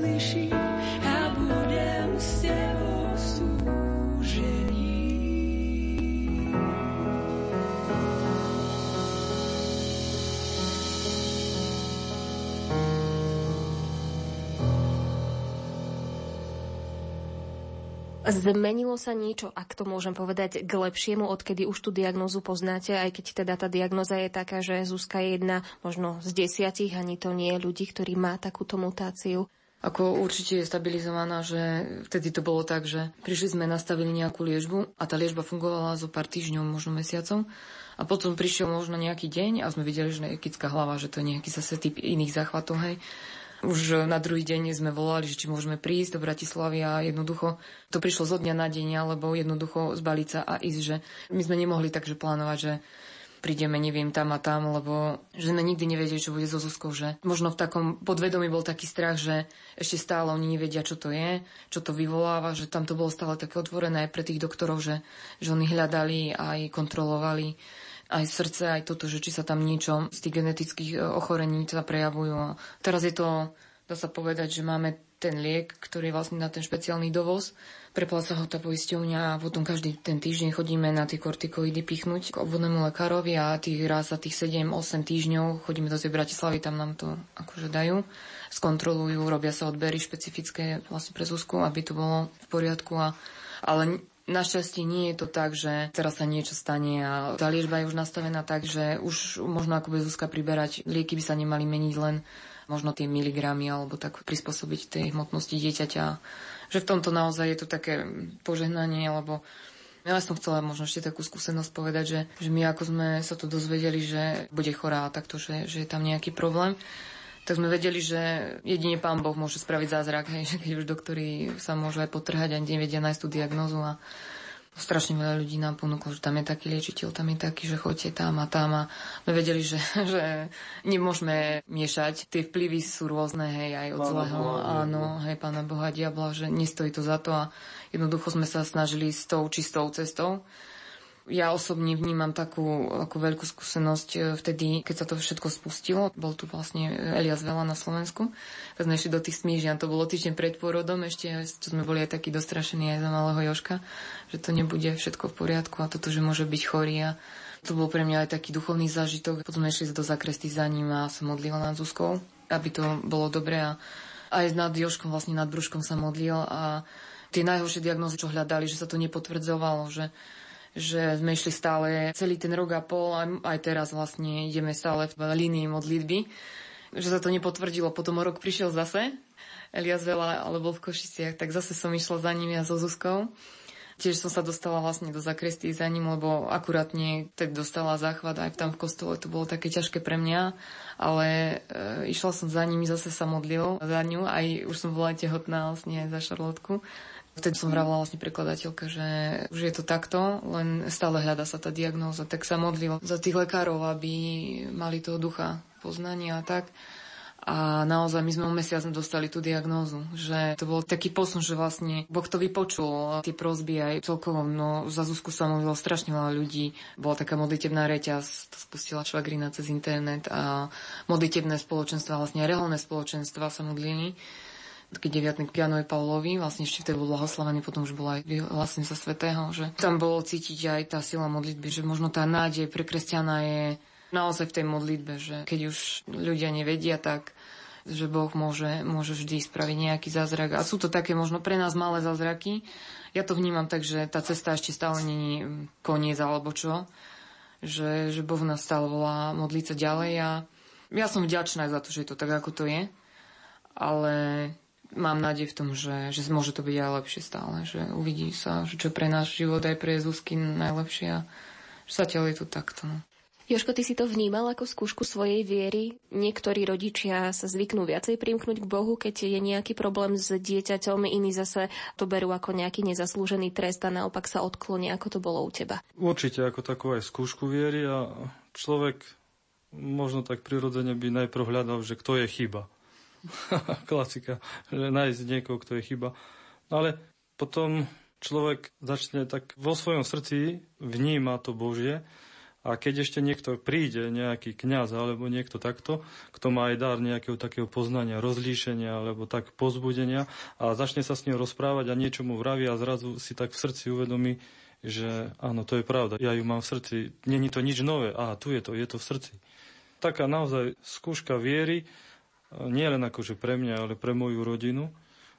uslyší a budem s tebou v súžení. Zmenilo sa niečo, ak to môžem povedať, k lepšiemu, odkedy už tú diagnózu poznáte, aj keď teda tá diagnóza je taká, že Zuzka je jedna možno z 10, ani to nie je ľudí, ktorí má takúto mutáciu? Ako určite je stabilizovaná, že vtedy to bolo tak, že prišli sme, nastavili nejakú liečbu a tá liečba fungovala zo pár týždňov, možno mesiacov. A potom prišiel možno nejaký deň a sme videli, že je kická hlava, že to je nejaký zase typ iných záchvatov, hej. Už na druhý deň sme volali, že či môžeme prísť do Bratislavy a jednoducho to prišlo zo dňa na deň, alebo jednoducho zbaliť sa a ísť, že my sme nemohli takže plánovať, že prídeme, neviem, tam a tam, lebo že sme nikdy nevedeli, čo bude so Zuzkou, že možno v takom podvedomí bol taký strach, že ešte stále oni nevedia, čo to je, čo to vyvoláva, že tam to bolo stále také otvorené aj pre tých doktorov, že oni hľadali aj kontrolovali aj srdce, aj toto, že či sa tam niečo z tých genetických ochorení sa prejavujú. A teraz je to, dá sa povedať, že máme ten liek, ktorý je vlastne na ten špeciálny dovoz. Prepláca ho tá poisťovňa a potom každý ten týždeň chodíme na tie kortikoidy pichnúť k obvodnému lekárovi a raz za tých 7-8 týždňov chodíme do tej Bratislavy, tam nám to akože dajú, skontrolujú, robia sa odbery špecifické vlastne pre Zuzku, aby to bolo v poriadku. Ale našťastie nie je to tak, že teraz sa niečo stane a tá liečba je už nastavená tak, že už možno ako bude Zuzka priberať, lieky by sa nemali meniť len možno tie miligramy alebo tak prispôsobiť tej hmotnosti dieťaťa. Že v tomto naozaj je to také požehnanie, lebo ja som chcela možno ešte takú skúsenosť povedať, že my ako sme sa to dozvedeli, že bude chorá takto, že je tam nejaký problém, tak sme vedeli, že jedine Pán Boh môže spraviť zázrak, hej, že keď už doktori sa môžu aj potrhať a nevedia nájsť tú diagnózu a strašne veľa ľudí nám ponúklo, že tam je taký liečiteľ, tam je taký, že choďte tam a tam a my vedeli, že nemôžeme miešať. Tie vplyvy sú rôzne, hej, aj od zlého, áno, hej, Pána Boha, diabla, že nestojí to za to a jednoducho sme sa snažili s tou čistou cestou. Ja osobne vnímam takú ako veľkú skúsenosť vtedy, keď sa to všetko spustilo. Bol tu vlastne Elias Vela na Slovensku. Tak sme išli do tých Smížian. To bolo týždeň pred pôrodom ešte, čo sme boli aj takí dostrašení aj za malého Jožka, že to nebude všetko v poriadku a toto, že môže byť chorý. A to bol pre mňa aj taký duchovný zážitok. Potom sme išli do zakresty za ním a sa modlila nad Zuzkou, aby to bolo dobré. A aj nad Jožkom, vlastne nad brúškom sa modlil a tie najhoršie diagnózy, čo hľadali, že sa to nepotvrdzovalo, že sme išli stále celý ten rok a pol, aj teraz vlastne ideme stále v línii modlitby, že sa to nepotvrdilo. Potom rok prišiel zase Elias Vela, alebo v Košiciach, tak zase som išla za ním ja so Zuzkou. Tiež som sa dostala vlastne do zakresty za ním, lebo akurátne tak dostala záchvat aj tam v kostole. To bolo také ťažké pre mňa, ale išla som za ním, zase sa modlil za ňu, aj už som bola tehotná vlastne aj za Šarlotku. Vtedy som vravila vlastne prekladateľka, že už je to takto, len stále hľadá sa tá diagnóza. Tak sa modlila za tých lekárov, aby mali toho ducha poznania a tak. A naozaj my sme o mesiac dostali tú diagnózu, že to bol taký posun, že vlastne Boh to vypočul, tie prosby aj celkovo, no za Zuzku sa modlilo strašne veľa ľudí. Bola taká modlitebná reťaz, to spustila švagrina cez internet a modlitebné spoločenstva, vlastne reholné spoločenstva sa modlili. Taký deviatnik k Jánovi Pavlovi, vlastne ešte vtedy bol blahoslavený, potom už bola aj vyhlásený za svätého, že tam bolo cítiť aj tá sila modlitby, že možno tá nádej pre kresťana je naozaj v tej modlitbe, že keď už ľudia nevedia, tak že Boh môže vždy spraviť nejaký zázrak. A sú to také možno pre nás malé zázraky. Ja to vnímam tak, že tá cesta ešte stále není koniec alebo čo, že Boh nás stále volá modliť sa ďalej a ja som vďačná za to, že je to tak, ako to je, ale mám nádej v tom, že môže to byť aj lepšie stále, že uvidí sa, že čo pre náš život aj pre Zuzky najlepšie a že zatiaľ je to takto. No. Jožko, ty si to vnímal ako skúšku svojej viery? Niektorí rodičia sa zvyknú viacej primknúť k Bohu, keď je nejaký problém s dieťaťom, iní zase to berú ako nejaký nezaslúžený trest a naopak sa odklonia. Ako to bolo u teba? Určite ako takú aj skúšku viery a človek možno tak prirodzene by najprv hľadal, že kto je chyba. Klasika, že nájsť niekoho, kto je chyba. Ale potom človek začne tak vo svojom srdci vníma to Božie A keď ešte niekto príde, nejaký kňaz alebo niekto takto, kto má aj dar nejakého takého poznania, rozlíšenia alebo tak pozbudenia a začne sa s ním rozprávať a niečo mu vraví a zrazu si tak v srdci uvedomí, že áno, to je pravda, ja ju mám v srdci, není to nič nové, tu je to v srdci. Taká naozaj skúška viery, nie len akože pre mňa, ale pre moju rodinu.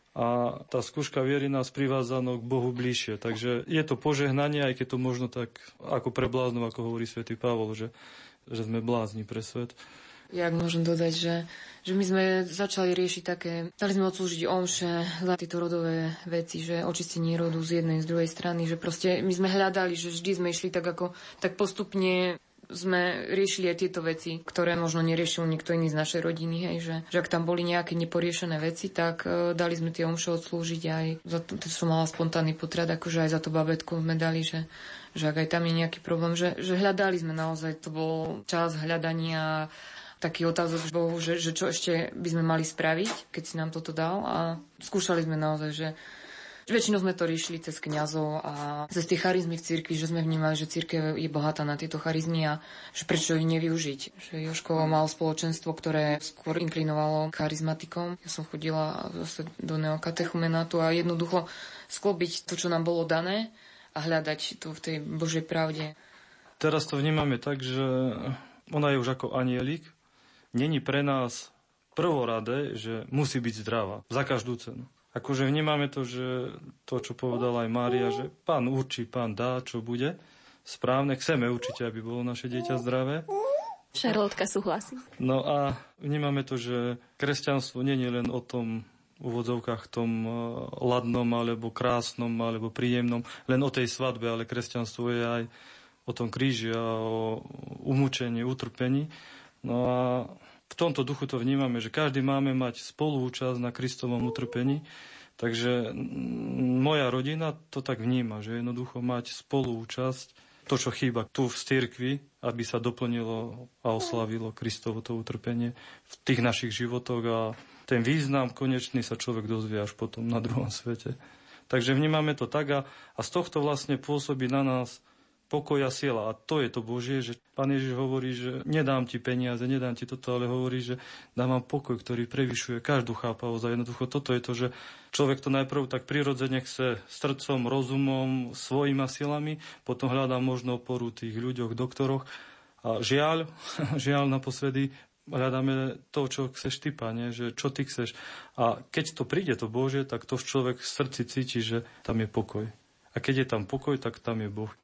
A tá skúška viery nás privádza k Bohu bližšie. Takže je to požehnanie, aj keď to možno tak ako pre bláznov, ako hovorí svätý Pavol, že sme blázni pre svet. Ja môžem dodať, že my sme začali riešiť také, dali sme odslúžiť omše za tieto rodové veci, že očistenie rodu z jednej, z druhej strany, že proste my sme hľadali, že vždy sme išli tak postupne sme riešili aj tieto veci, ktoré možno neriešil nikto iný z našej rodiny, hej, že ak tam boli nejaké neporiešené veci, tak dali sme tie omše odslúžiť aj za to, som mala spontánny potrat, akože aj za to babetku sme dali, že ak aj tam je nejaký problém, že hľadali sme naozaj, to bol čas hľadania taký otázok Bohu, že čo ešte by sme mali spraviť, keď si nám toto dal a skúšali sme naozaj, že väčšinou sme to riešili cez kňazov a cez tie charizmy v cirkvi, že sme vnímali, že cirkev je bohatá na tieto charizmy a že prečo ich nevyužiť. Že Jožko mal spoločenstvo, ktoré skôr inklinovalo charizmatikom. Ja som chodila zase do neokatechumenátu a jednoducho sklobiť to, čo nám bolo dané a hľadať to v tej Božej pravde. Teraz to vnímame tak, že ona je už ako anielik. Není pre nás prvoradé, že musí byť zdravá za každú cenu. Akože vnímame to, že to, čo povedala aj Mária, že Pán určí, Pán dá, čo bude správne. Chceme určite, aby bolo naše dieťa zdravé. Šarlotka súhlasí. No a vnímame to, že kresťanstvo nie je len o tom v úvodzovkách tom ladnom, alebo krásnom, alebo príjemnom, len o tej svadbe, ale kresťanstvo je aj o tom kríži a o umúčení, utrpení. No a v tomto duchu to vnímame, že každý máme mať spoluúčasť na Kristovom utrpení. Takže moja rodina to tak vníma, že jednoducho mať spoluúčasť, to, čo chýba tu v cirkvi, aby sa doplnilo a oslavilo Kristovo to utrpenie v tých našich životoch a ten význam konečný sa človek dozvie až potom na druhom svete. Takže vnímame to tak a z tohto vlastne pôsobí na nás pokoj a sila. A to je to Božie, že Pán Ježiš hovorí, že nedám ti peniaze, nedám ti toto, ale hovorí, že dám vám pokoj, ktorý prevyšuje každú chápavosť. A jednoducho toto je to, že človek to najprv tak prirodzene chce srdcom, rozumom, svojimi silami, potom hľadá možno oporu tých ľuďoch, doktoroch. A žiaľ naposledy hľadáme to, čo chceš ty, Pane, že čo ty chceš. A keď to príde to Božie, tak to človek v srdci cíti, že tam je pokoj. A keď je tam pokoj, tak tam je Boh.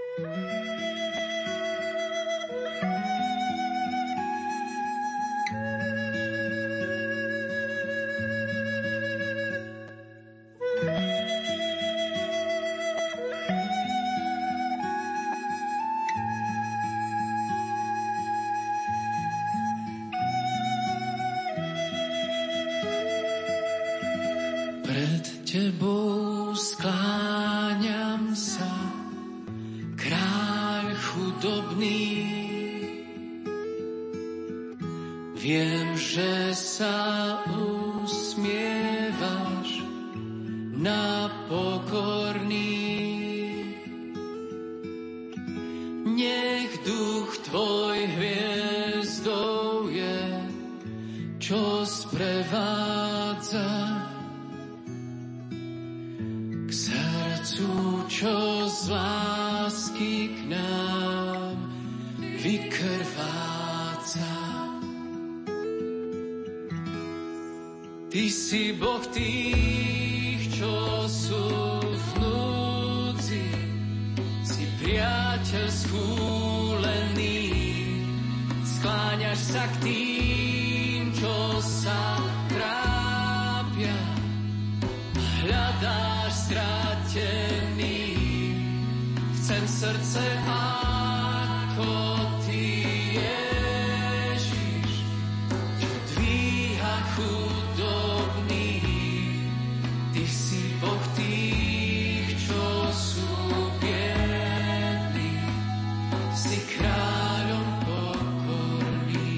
Pred tebou skláňam sa, kráľ chudobný. Viem, že sa usmievaš na pokorných. Nech duch tvoj hviezdou je, čo sprevádza k srdcu, čo z lásky k nám vykrváca. Ty si Boh tých, čo sú v núdzi, si priateľ schúlený, skláňaš sa k tým, čo sa trápia, hľadáš stratený. Chcem srdce ako ty, Ježiš, čo dvíha chudobný. Ty si Boh tých, čo sú biední, si kráľom pokorný.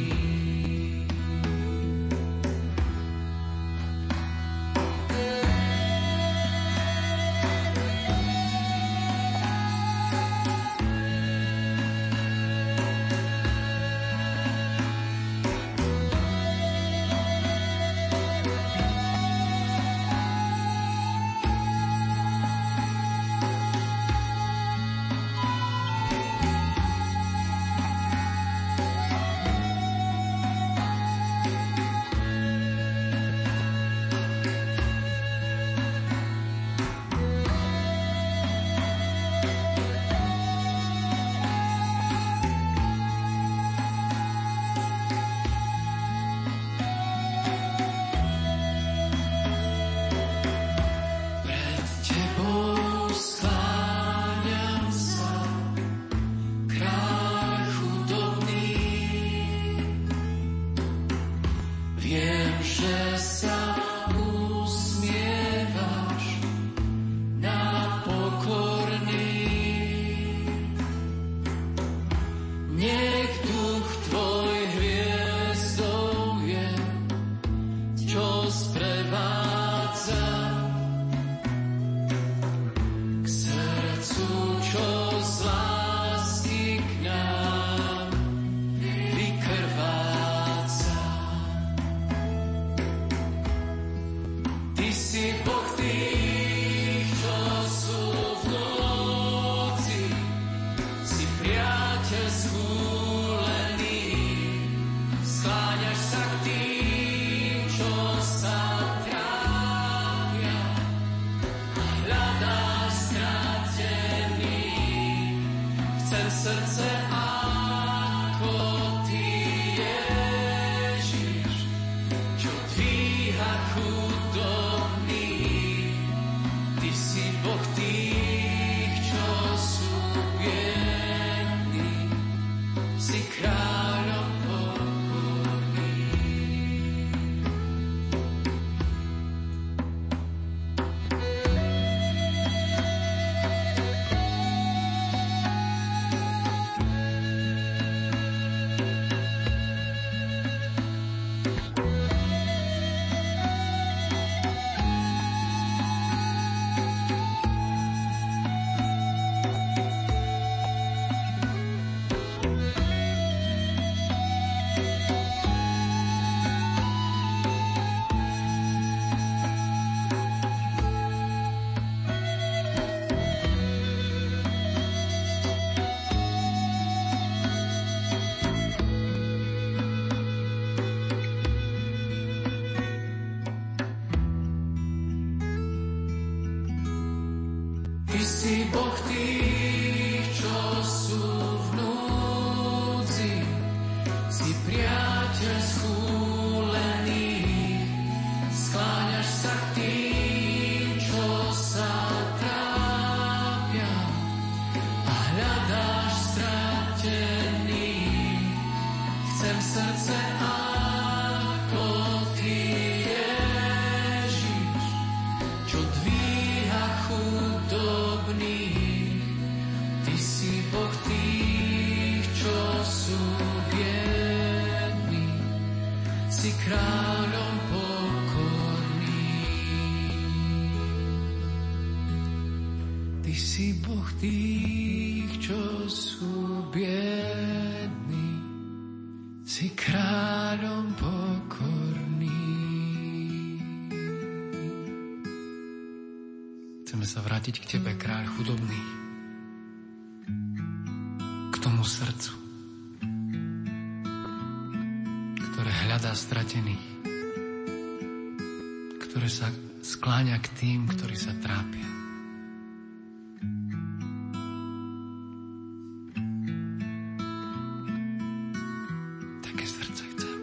si Boh tých, čo sú v noci, si priateľ schúlený, skláňaš sa k tým, čo sa trápia a hľadáš stratený. Chcem srdce ako ty, Ježiš, čo dvíha chudobný. Ty si Boh tých, čo sú biední, si kráľom pokorný. Ty si Boh tých, čo sú v núdzi, si priateľ schúlených, skláňaš sa k tým, čo sa trápia a hľadáš stratených. Chcem srdce ako ty, Ježiš, čo dvíha chudobných. Ty si Boh tých, čo sú biední, si kráľom pokorný. Ty si Boh tých, čo sú biední, si kráľom pokorný. Chceme sa vrátiť k Tebe, kráľ chudobný, k tomu srdcu, ktoré hľadá stratených, ktoré sa skláňa k tým, ktorí sa trápia. Také srdce chcem.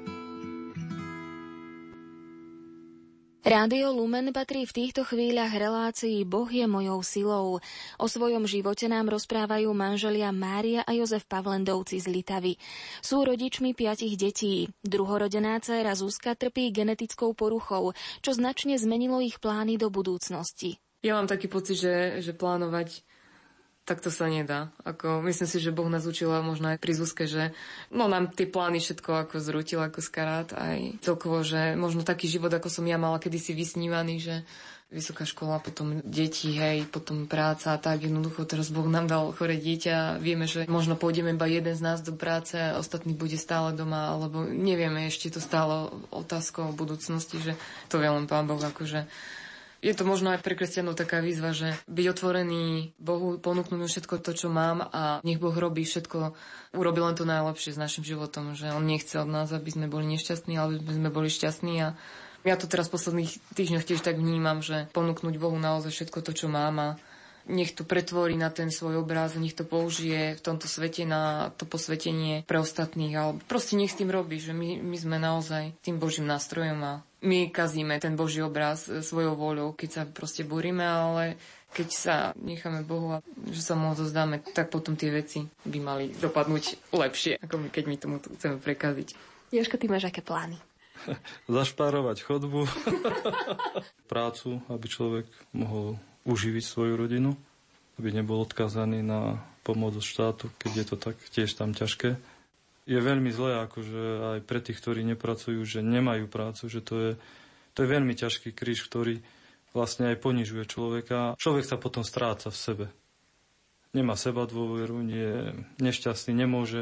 Rádio Lumen patrí v týchto chvíľach relácii Boh je mojou silou. O svojom živote nám rozprávajú manželia Mária a Jozef Pavlendovci z Litavy. Sú rodičmi 5 detí. Druhorodená dcéra Zuzka trpí genetickou poruchou, čo značne zmenilo ich plány do budúcnosti. Ja mám taký pocit, že plánovať takto sa nedá. Myslím si, že Boh nás učila možno aj pri Zuzke, že nám tie plány všetko ako zrútil ako z karát. Aj celkovo, že možno taký život, ako som ja mala kedysi vysnívaný, že vysoká škola, potom deti, hej, potom práca a tak. Jednoducho teraz Boh nám dal choré dieťa. Vieme, že možno pôjdeme iba jeden z nás do práce a ostatný bude stále doma, alebo nevieme, ešte to stále otázkou o budúcnosti, že to vie len Pán Boh, akože. Je to možno aj pre kresťanov taká výzva, že byť otvorený Bohu, ponúknuť mu všetko to, čo mám a nech Boh robí všetko, urobí len to najlepšie s našim životom, že On nechce od nás, aby sme boli nešťastní, ale aby sme boli šťastní a ja to teraz v posledných týždňoch tiež tak vnímam, že ponúknuť Bohu naozaj všetko to, čo mám a nech to pretvorí na ten svoj obraz, nech to použije v tomto svete na to posvetenie pre ostatných, alebo proste nech s tým robí, že my sme naozaj tým Božím nástrojom a my kazíme ten Boží obraz svojou voľou, keď sa proste búrime, ale keď sa necháme Bohu a že sa mu odovzdáme, tak potom tie veci by mali dopadnúť lepšie, ako keď my tomu chceme prekaziť. Jožko, ty máš aké plány? Zašpárovať chodbu, prácu, aby človek mohol uživiť svoju rodinu, aby nebol odkazaný na pomoc od štátu, keď je to tak tiež tam ťažké. Je veľmi zlé, akože aj pre tých, ktorí nepracujú, že nemajú prácu, že to je veľmi ťažký kríž, ktorý vlastne aj ponižuje človeka. Človek sa potom stráca v sebe. Nemá seba dôveru, nie je nešťastný, nemôže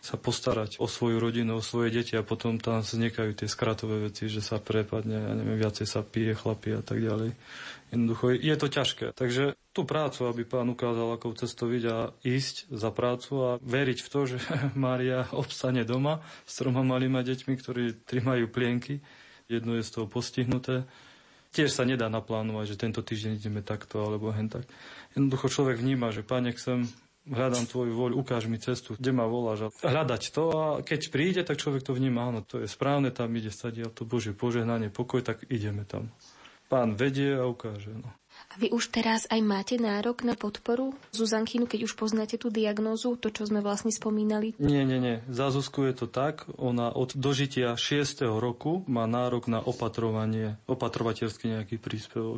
sa postarať o svoju rodinu, o svoje deti a potom tam vznikajú tie skratové veci, že sa prepadne, ja neviem, viacej sa pije, chlapi a tak ďalej. Jednoducho je to ťažké. Takže tú prácu, aby Pán ukázal, ako cestoviť a ísť za prácu a veriť v to, že Mária obstane doma s 3 malými deťmi, ktorí 3 majú plienky. Jedno je z toho postihnuté. Tiež sa nedá naplánovať, že tento týždeň ideme takto alebo hen tak. Jednoducho človek vníma, že Pane, hľadám tvoju voľu, ukáž mi cestu, kde ma voláš. Hľadať to a keď príde, tak človek to vníma, áno, to je správne, tam ide stadiaľ to Božie požehnanie, pokoj, tak ideme tam. Pán vedie a ukáže. No. A vy už teraz aj máte nárok na podporu Zuzankynu, keď už poznáte tú diagnózu, to, čo sme vlastne spomínali? Nie. Za Zuzku je to tak, ona od dožitia 6. roku má nárok na opatrovanie, opatrovateľský nejaký príspevok.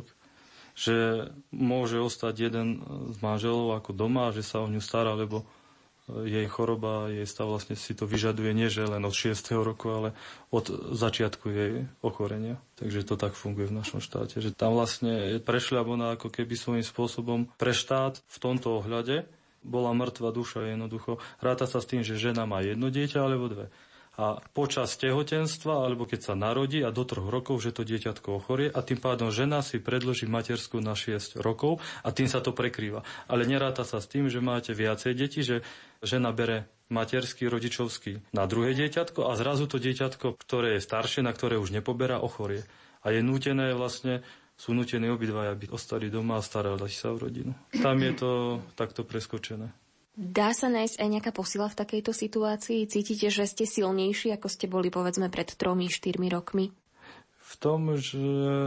Že môže ostať jeden z manželov ako doma, že sa o ňu stará, lebo jej choroba, jej stav vlastne si to vyžaduje nie že len od 6. roku, ale od začiatku jej ochorenia. Takže to tak funguje v našom štáte, že tam vlastne je prešľaboná ako keby svojím spôsobom pre štát v tomto ohľade bola mŕtva duša jednoducho. Ráta sa s tým, že žena má 1 dieťa alebo 2. A počas tehotenstva, alebo keď sa narodí a do 3 rokov, že to dieťatko ochorie a tým pádom žena si predloží materskú na 6 rokov a tým sa to prekrýva. Ale neráta sa s tým, že máte viacej detí, že žena bere materský, rodičovský na druhé dieťatko a zrazu to dieťatko, ktoré je staršie, na ktoré už nepoberá, ochorie. A je nútené vlastne, sú nútení obidvaja, aby ostali doma a starali sa o rodinu. Tam je to takto preskočené. Dá sa nájsť aj nejaká posila v takejto situácii? Cítite, že ste silnejší, ako ste boli povedzme pred 3-4 rokmi? V tom, že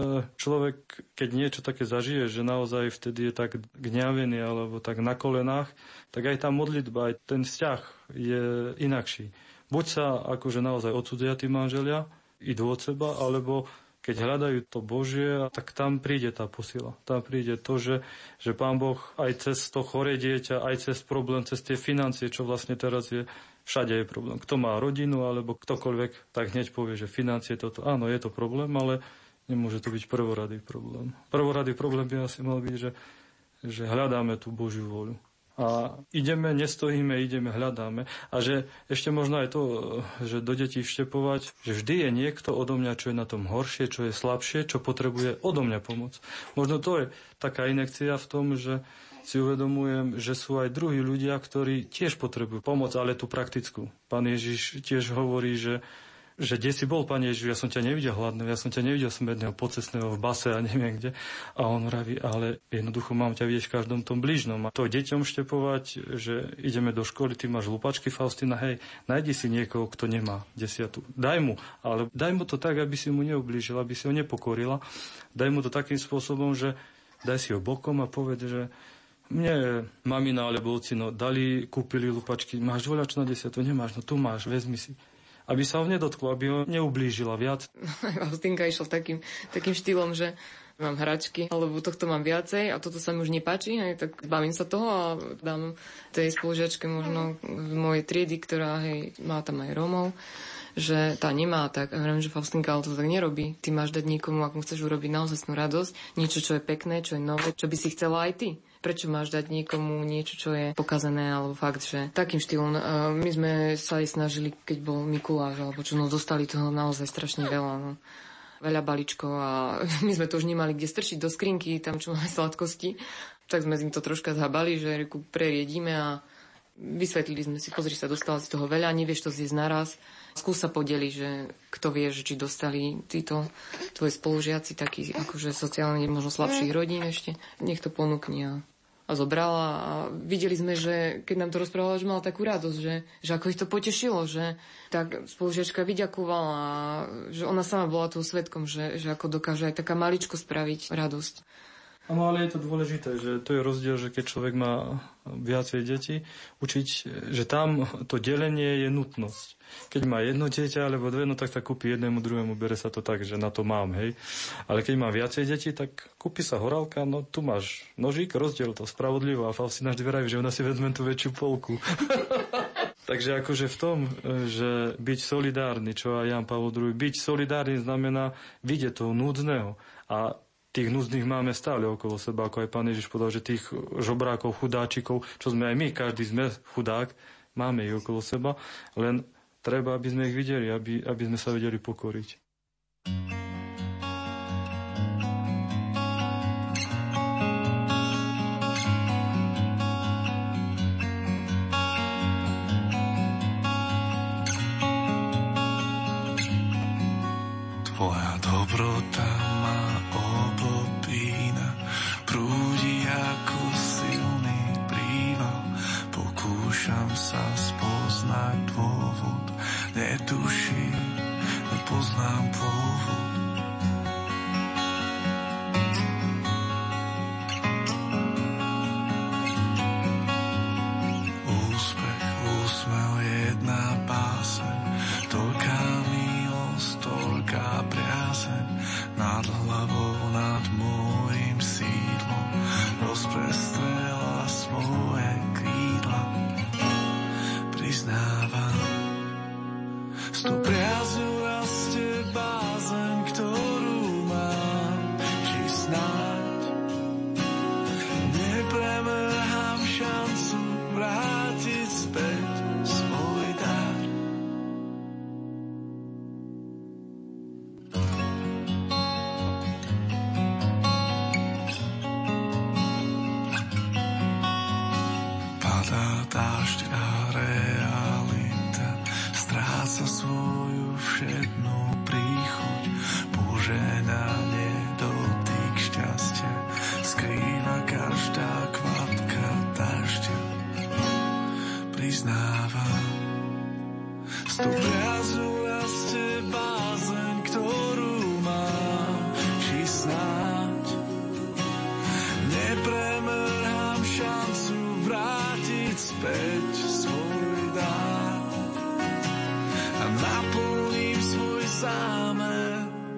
človek, keď niečo také zažije, že naozaj vtedy je tak gňavený alebo tak na kolenách, tak aj tá modlitba, aj ten vzťah je inakší. Buď sa akože naozaj odsudzujú tí manželia, idú od seba, alebo keď hľadajú to Božie, tak tam príde tá posila. Tam príde to, že Pán Boh aj cez to choré dieťa, aj cez problém, cez tie financie, čo vlastne teraz je, všade je problém. Kto má rodinu, alebo ktokoľvek, tak hneď povie, že financie toto. Áno, je to problém, ale nemôže to byť prvoradý problém. Prvoradý problém by asi mal byť, že hľadáme tú Božiu voľu. A ideme, nestojíme, ideme, hľadáme. A že ešte možno aj to, že do detí vštepovať, že vždy je niekto odo mňa, čo je na tom horšie, čo je slabšie, čo potrebuje odo mňa pomoc. Možno to je taká inekcia v tom, že si uvedomujem, že sú aj druhí ľudia, ktorí tiež potrebujú pomoc, ale tú praktickú. Pán Ježiš tiež hovorí, že kde si bol, Pane Ježiš, ja som ťa nevidel hladného, ja som ťa nevidel smedného, pocestného v base a neviem kde. A on vraví, ale jednoducho mám ťa vidieť v každom tom blížnom. A to deťom štepovať, že ideme do školy, ty máš lupačky, Faustina, hej, nájdi si niekoho, kto nemá 10. Daj mu, ale daj mu to tak, aby si mu neublížil, aby si ho nepokorila. Daj mu to takým spôsobom, že daj si ho bokom a povedz, že mne mamina alebo ocino kúpili lupačky, máš voľač na 10, nemáš, no tu máš, vezmi si. Aby sa ho nedotklo, aby ho neublížila viac. Faustinka išla takým štýlom, že mám hračky, alebo tohto mám viacej a toto sa mi už nepáči, hej, tak zbavím sa toho a dám tej spolužiačke možno z mojej triedy, ktorá má tam aj Rómov, že tá nemá tak. A viem, že Faustinka ale to tak nerobí. Ty máš dať niekomu, ak mu chceš urobiť naozajstnú radosť, niečo, čo je pekné, čo je nové, čo by si chcela aj ty. Prečo máš dať niekomu niečo, čo je pokazané, alebo fakt, že takým štýlom. My sme sa aj snažili, keď bol Mikuláš, alebo čo, no dostali toho naozaj strašne veľa, no. Veľa balíčkov a my sme to už nemali kde strčiť do skrinky, tam čo máme sladkosti. Tak sme im to troška zhabali, že preriedíme a vysvetlili sme si, pozri sa, dostala si toho veľa, nevieš to zjesť naraz. Skús sa podeliť, že kto vie, že či dostali títo tvoji spolužiaci, takí akože sociálne možno slabších rodín ešte, nech to ponúkni a zobrala a videli sme, že keď nám to rozprávala, že mala takú radosť, že ako ich to potešilo, že tak spolužiačka vyďakovala, že ona sama bola tou svedkom, že ako dokáže aj taká maličko spraviť radosť. No ale je to dôležité, že to je rozdiel, že keď človek má viacej detí, učiť, že tam to delenie je nutnosť. Keď má jedno dieťa alebo 2, no tak sa kúpi jednému, druhému, bere sa to tak, že na to mám, hej. Ale keď má viacej detí, tak kúpi sa horálka, no tu máš nožík, rozdiel to spravodlivo a Faustina vždy vraví, že ona si vezme tú väčšiu polku. Takže akože v tom, že byť solidárny, čo aj Ján Pavol II, byť solidárny znamená vidieť toho núdzneho. A tých núdznych máme stále okolo seba, ako aj Pán Ježiš povedal, že tých žobrákov, chudáčikov, čo sme aj my, každý sme chudák, máme ich okolo seba, len treba, aby sme ich videli, aby sme sa vedeli pokoriť. Tvoja dobrota ma obopína, prúdi ako silný príval. Pokúšam sa spoznať dôvod, netuším, nepoznám pôvod. Úspech, úsmev, jedna páseň, toľká milosť, toľká priazeň, nad hlavou, nad môjim sídlom, rozprestrela svoje krídla. Priznávam, s tou priazňou rastie bázeň, ktorú mám, či snáď nepremrhám šancu vrátiť späť svoj dar. Padá dážď a realita stráca svoju všednú príchuť. Požehnanie, dotyk šťastia skrýva každá kvapka dažďa. Priznávam, s tou priazňou rastie bázeň, ktorú mám, či snáď nepremrhám šancu vrátiť späť svoj dar a naplním svoj zámer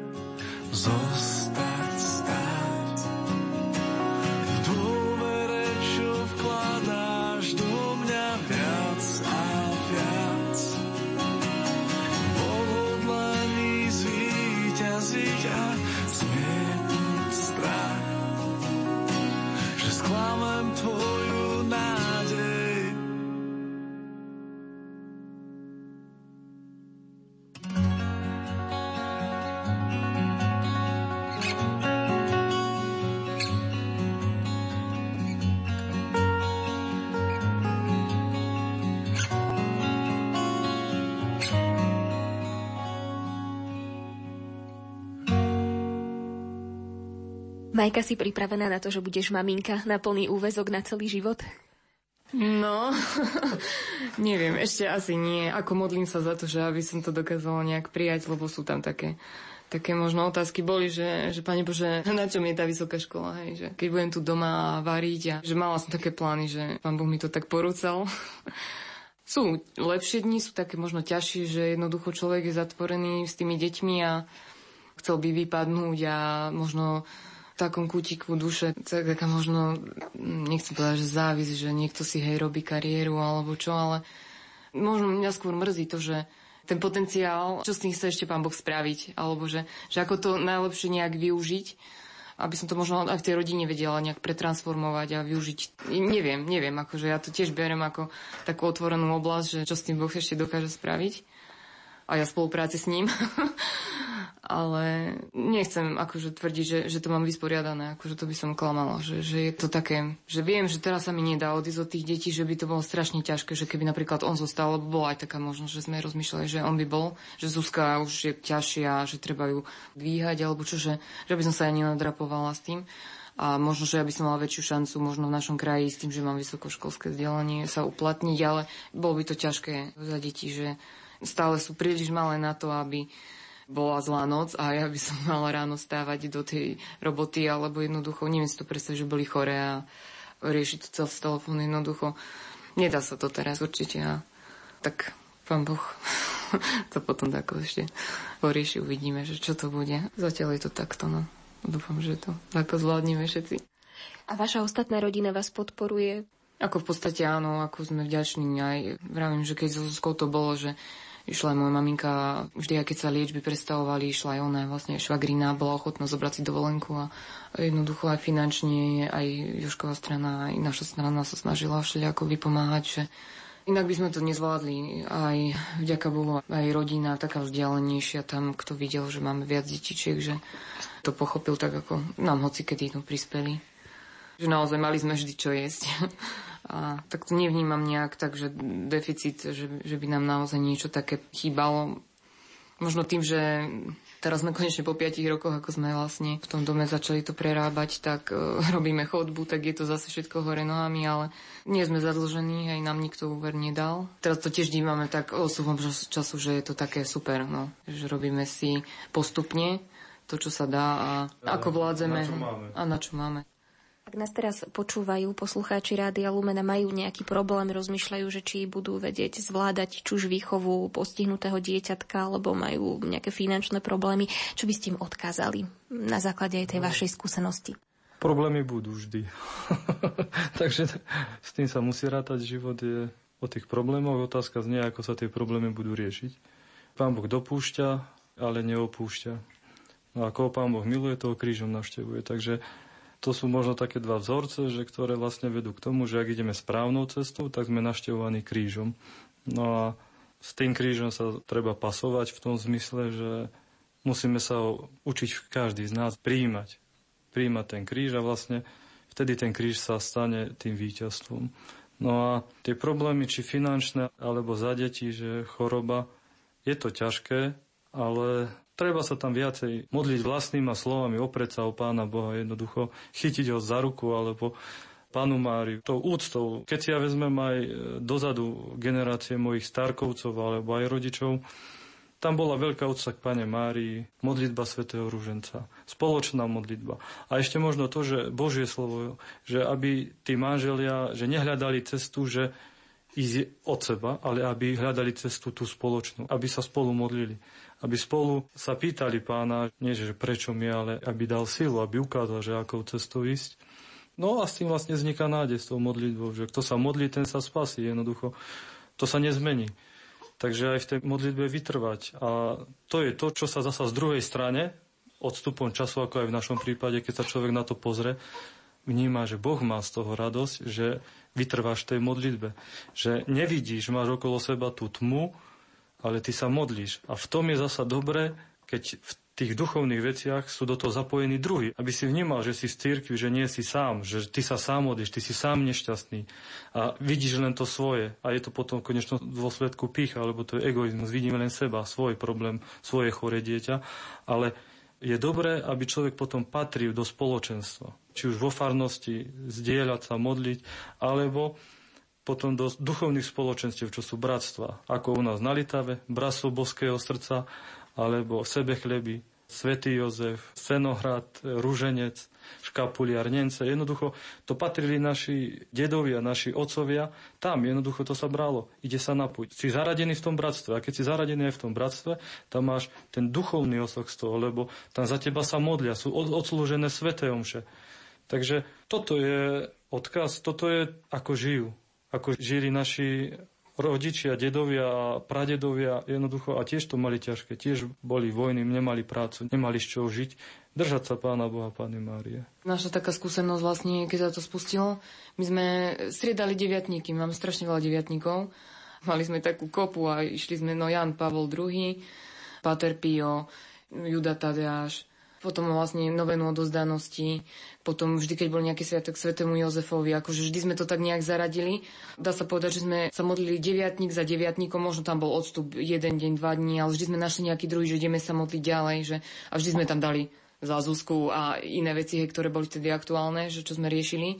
zostať stáť v dôvere, čo vkladáš do mňa viac a viac, v odhodlaní zvíťaziť a zmietnúť strach, že sklamem tvoju nádej. Majka, si pripravená na to, že budeš maminka na plný úväzok na celý život? No, neviem, ešte asi nie. Ako modlím sa za to, že aby som to dokázala nejak prijať, lebo sú tam také možno otázky boli, že Pane Bože, na čom je tá vysoká škola, hej, že keď budem tu doma variť a že mala som také plány, že Pán Boh mi to tak porúcal. Sú lepšie dni, sú také možno ťažšie, že jednoducho človek je zatvorený s tými deťmi a chcel by vypadnúť a možno v takom kútiku duše, taká možno, nechcem povedať, že závisť, že niekto si robí kariéru alebo čo, ale možno mňa skôr mrzí to, že ten potenciál, čo s tým chce ešte Pán Boh spraviť, alebo že ako to najlepšie nejak využiť, aby som to možno aj v tej rodine vedela nejak pretransformovať a využiť. Neviem, akože ja to tiež berem ako takú otvorenú oblasť, že čo s tým Boh ešte dokáže spraviť. A ja spolupráci s ním. Ale nechcem akože tvrdiť, že to mám vysporiadané, akože to by som klamala, že je to také, že viem, že teraz sa mi nedá odísť od tých detí, že by to bolo strašne ťažké, že keby napríklad on zostal, lebo bola aj taká možnosť, že sme rozmýšľali, že on by bol, že Zuzka už je ťažšia, že treba ju dvíhať, alebo čo, že by som sa aj nenadrapovala s tým. A možno, že ja by som mala väčšiu šancu možno v našom kraji s tým, že mám vysokoškolské vzdelanie sa uplatniť, ale bolo by to ťažké za deti, že stále sú príliš malé na to, aby bola zlá noc a ja by som mala ráno stávať do tej roboty, alebo jednoducho, neviem si to predstaviť, že boli choré a riešiť to cez telefón jednoducho. Nedá sa to teraz určite a tak Pán Boh to potom tak ešte porieši, uvidíme, že čo to bude. Zatiaľ je to takto, no. Dúfam, že to ako zvládneme všetci. A vaša ostatná rodina vás podporuje? Ako v podstate áno, ako sme vďační aj vravím, že keď so Zuzkou to bolo, že išla aj moja maminka, vždy, keď sa liečby predstavovali, išla aj ona, vlastne švagrina, bola ochotná zobrať si dovolenku a jednoducho aj finančne, aj Jožková strana, aj naša strana sa snažila všelijako vypomáhať, Inak by sme to nezvládli. Aj vďaka Bohu, aj rodina taká vzdialenejšia tam, kto videl, že máme viac detičiek, že to pochopil tak, ako nám hocikedy prispeli. Že naozaj mali sme vždy čo jesť. A tak to nevnímam nejak tak, že deficit, že by nám naozaj niečo také chýbalo. Možno tým, že teraz sme konečne po 5 rokoch, ako sme vlastne v tom dome začali to prerábať, tak robíme chodbu, tak je to zase všetko hore nohami, ale nie sme zadlžení, aj nám nikto úver nedal. Teraz to tiež vnímame tak osúvom času, že je to také super, no. Že robíme si postupne to, čo sa dá a ako vládzeme a na čo máme. Ak nás teraz počúvajú poslucháči Rádia Lumena, majú nejaký problém, rozmýšľajú, že či budú vedieť zvládať či už výchovu postihnutého dieťatka, alebo majú nejaké finančné problémy, čo by ste im odkázali na základe aj tej vašej skúsenosti? Problémy budú vždy. Takže s tým sa musí rátať. Život je o tých problémoch. Otázka znie, ako sa tie problémy budú riešiť. Pán Boh dopúšťa, ale neopúšťa. No a koho Pán Boh miluje, toho krížom navštevuje. Takže to sú možno také dva vzorce, ktoré vlastne vedú k tomu, že ak ideme správnou cestou, tak sme navštevovaní krížom. No a s tým krížom sa treba pasovať v tom zmysle, že musíme sa učiť každý z nás prijímať ten kríž a vlastne vtedy ten kríž sa stane tým víťazstvom. No a tie problémy, či finančné, alebo za deti, že choroba, je to ťažké, ale treba sa tam viacej modliť vlastnými slovami, oprieť sa o Pána Boha, jednoducho chytiť ho za ruku, alebo Pannu Máriu, tou úctou. Keď si ja vezmem aj dozadu generácie mojich starkovcov, alebo aj rodičov, tam bola veľká úcta k Panne Márii, modlitba svätého Ruženca, spoločná modlitba. A ešte možno to, že Božie slovo, že aby tí manželia, že nehľadali cestu, že ísť od seba, ale aby hľadali cestu tú spoločnú, aby sa spolu modlili. Aby spolu sa pýtali Pána, nie že prečo mi, ale aby dal silu, aby ukázal, že akou cestou ísť. No a s tým vlastne vzniká nádej s tou modlitbou, že kto sa modlí, ten sa spasí. Jednoducho to sa nezmení. Takže aj v tej modlitbe vytrvať. A to je to, čo sa zasa z druhej strane, odstupom času, ako aj v našom prípade, keď sa človek na to pozrie, vníma, že Boh má z toho radosť, že vytrváš v tej modlitbe. Že nevidíš, máš okolo seba tú tmu, ale ty sa modlíš. A v tom je zasa dobré, keď v tých duchovných veciach sú do toho zapojení druhí. Aby si vnímal, že si z cirkvi, že nie si sám, že ty sa sám modlíš, ty si sám nešťastný. A vidíš len to svoje. A je to potom v konečnom dôsledku pýcha, alebo to je egoizmus. Vidíme len seba, svoj problém, svoje choré dieťa. Ale je dobré, aby človek potom patril do spoločenstva. Či už vo farnosti, zdieľať sa, modliť, alebo potom do duchovných spoločenstiev, čo sú bratstva, ako u nás na Litave, Bratstvo Božského srdca, alebo Sebechleby, Svätý Jozef, Senohrad, Ruženec, Škapuliar, Nence. Jednoducho to patrili naši dedovia, naši otcovia. Tam jednoducho to sa bralo. Ide sa napuť. Si zaradený v tom bratstve. A keď si zaradený aj v tom bratstve, tam máš ten duchovný osoch z toho, lebo tam za teba sa modlia. Sú odslúžené sväté omše. Takže toto je odkaz, toto je ako žijú. Ako žili naši rodičia, dedovia a pradedovia jednoducho a tiež to mali ťažké. Tiež boli vojny, nemali prácu, nemali z čoho žiť. Držať sa Pána Boha, Panny Márie. Naša taká skúsenosť vlastne, keď sa to spustilo, my sme striedali deviatníky, máme strašne veľa deviatníkov. Mali sme takú kopu a išli sme Jan Pavol II, Páter Pio, Juda Tadeáš, potom vlastne novenu odozdanosti, potom vždy, keď bol nejaký sviatok svätému Jozefovi, akože vždy sme to tak nejak zaradili. Dá sa povedať, že sme sa modlili deviatník za deviatníkom, možno tam bol odstup 1 deň, 2 dní, ale vždy sme našli nejaký druhý, že ideme sa modliť ďalej, a vždy sme tam dali za Zuzku a iné veci, ktoré boli vtedy aktuálne, že čo sme riešili.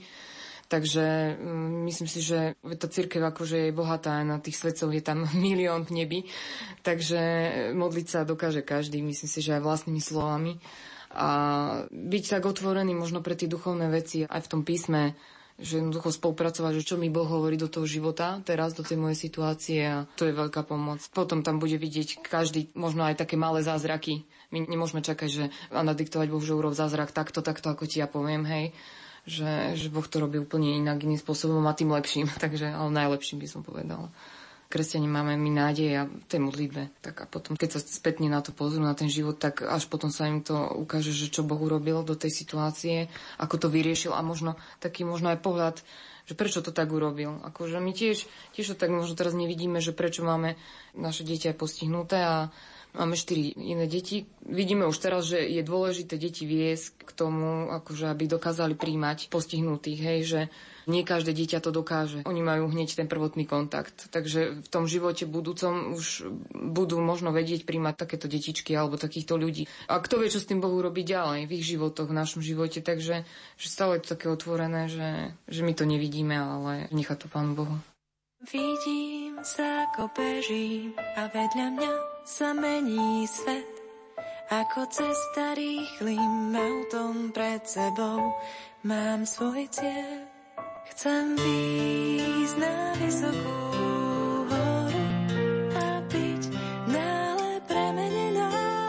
Takže myslím si, že tá cirkev akože je bohatá, na tých svetcov je tam milión v nebi, takže modliť sa dokáže každý, myslím si, že aj vlastnými slovami. A byť tak otvorený možno pre tie duchovné veci aj v tom písme, že jednoducho spolupracovať, že čo mi Boh hovorí do toho života, teraz do tej mojej situácie, a to je veľká pomoc. Potom tam bude vidieť každý, možno aj také malé zázraky. My nemôžeme čakať, že a nadiktovať Bohu, že urob zázrak takto, ako ti ja poviem, hej. Že Boh to robí úplne inak, iným spôsobom a tým lepším, takže, ale najlepším by som povedala. kresťani máme my nádej a v tej modlitbe. Tak a potom, keď sa spätne na to pozrú, na ten život, tak až potom sa im to ukáže, že čo Boh urobil do tej situácie, ako to vyriešil a možno aj pohľad, že prečo to tak urobil. Akože my tiež to tak možno teraz nevidíme, že prečo máme naše dieťa postihnuté a máme 4 iné deti. Vidíme už teraz, že je dôležité deti viesť k tomu, akože aby dokázali príjmať postihnutých, hej, že nie každé dieťa to dokáže. Oni majú hneď ten prvotný kontakt. Takže v tom živote budúcom už budú možno vedieť príjmať takéto detičky alebo takýchto ľudí. A kto vie, čo s tým Boh urobí ďalej v ich životoch, v našom živote. Takže že stále je to také otvorené, že my to nevidíme, ale nechá to Pánu Bohu. Vidím sa, ako bežím a vedľa mňa sa mení svet. Ako cesta rýchlým autom pred sebou mám svoj cieľ. Chcem výjsť na vysokú horu a byť náhle premenená.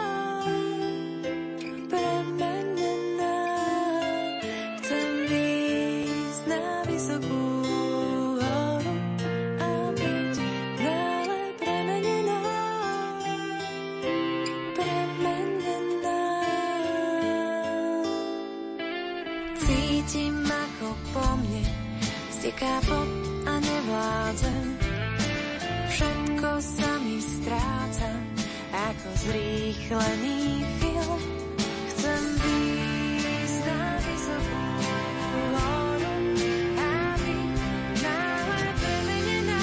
Chcem výjsť na vysokú horu a byť náhle premenená. Cítim, ako po mne steká pot a nevládzem. Všetko sa mi stráca ako zrýchlený film. Chcem výjsť na vysokú horu a byť náhle premenená.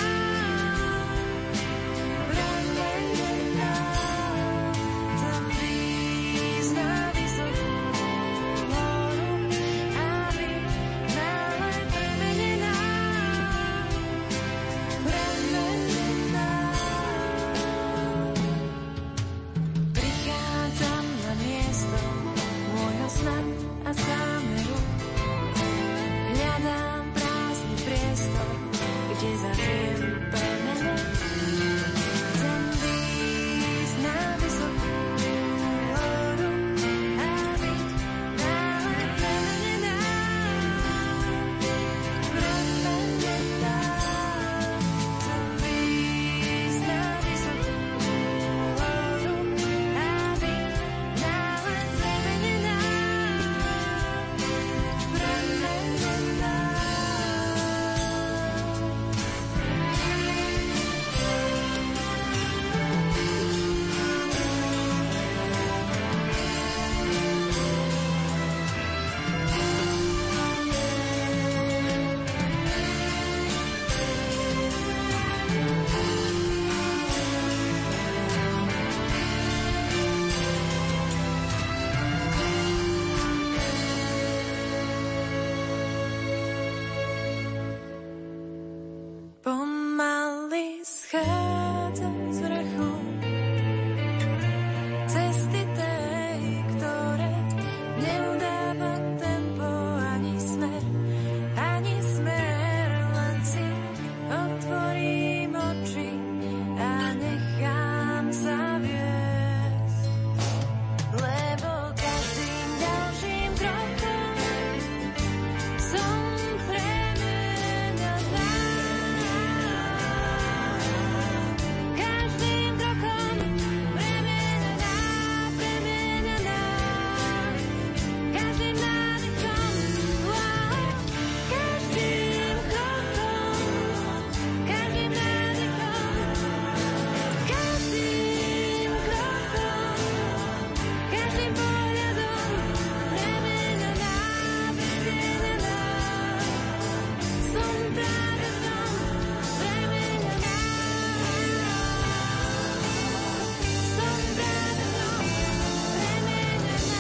Chcem výjsť na vysokú horu a byť náhle premenená. Prichádzam na miesto môjho sna a zámeru. Hľadám prázdny priestor, kde zažijem premenu. Chcem výjsť na vysokú horu a byť náhle premenená. Chcem výjsť na vysokú horu a byť náhle premenená. Pomaly schádzam z vrchu cesty tej, ktoré neudáva tempo ani smer, len si otvorím oči a nechám sa viesť. Lebo každým ďalším krokom som premenená. Každým krokom premenená. Každým nádychom, každým krokom, každým nádychom, každým krokom, každým pohľadom premenená. Som práve v tom premenená. Som práve v tom premenená.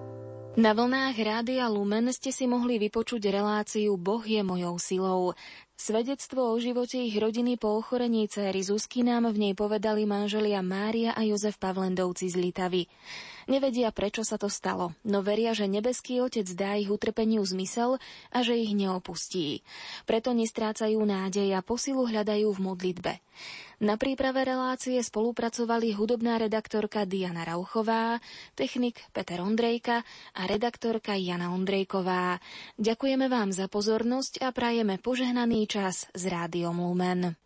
Na vlnách Rádia Lumen ste si mohli vypočuť reláciu Boh je mojou silou. Svedectvo o živote ich rodiny po ochorení céry Zuzky nám v nej povedali manželia Mária a Jozef Pavlendovci z Litavy. Nevedia, prečo sa to stalo, no veria, že nebeský Otec dá ich utrpeniu zmysel a že ich neopustí. Preto nestrácajú nádej a posilu hľadajú v modlitbe. Na príprave relácie spolupracovali hudobná redaktorka Diana Rauchová, technik Peter Ondrejka a redaktorka Jana Ondrejková. Ďakujeme vám za pozornosť a prajeme požehnaný čas s Rádiom Lumen.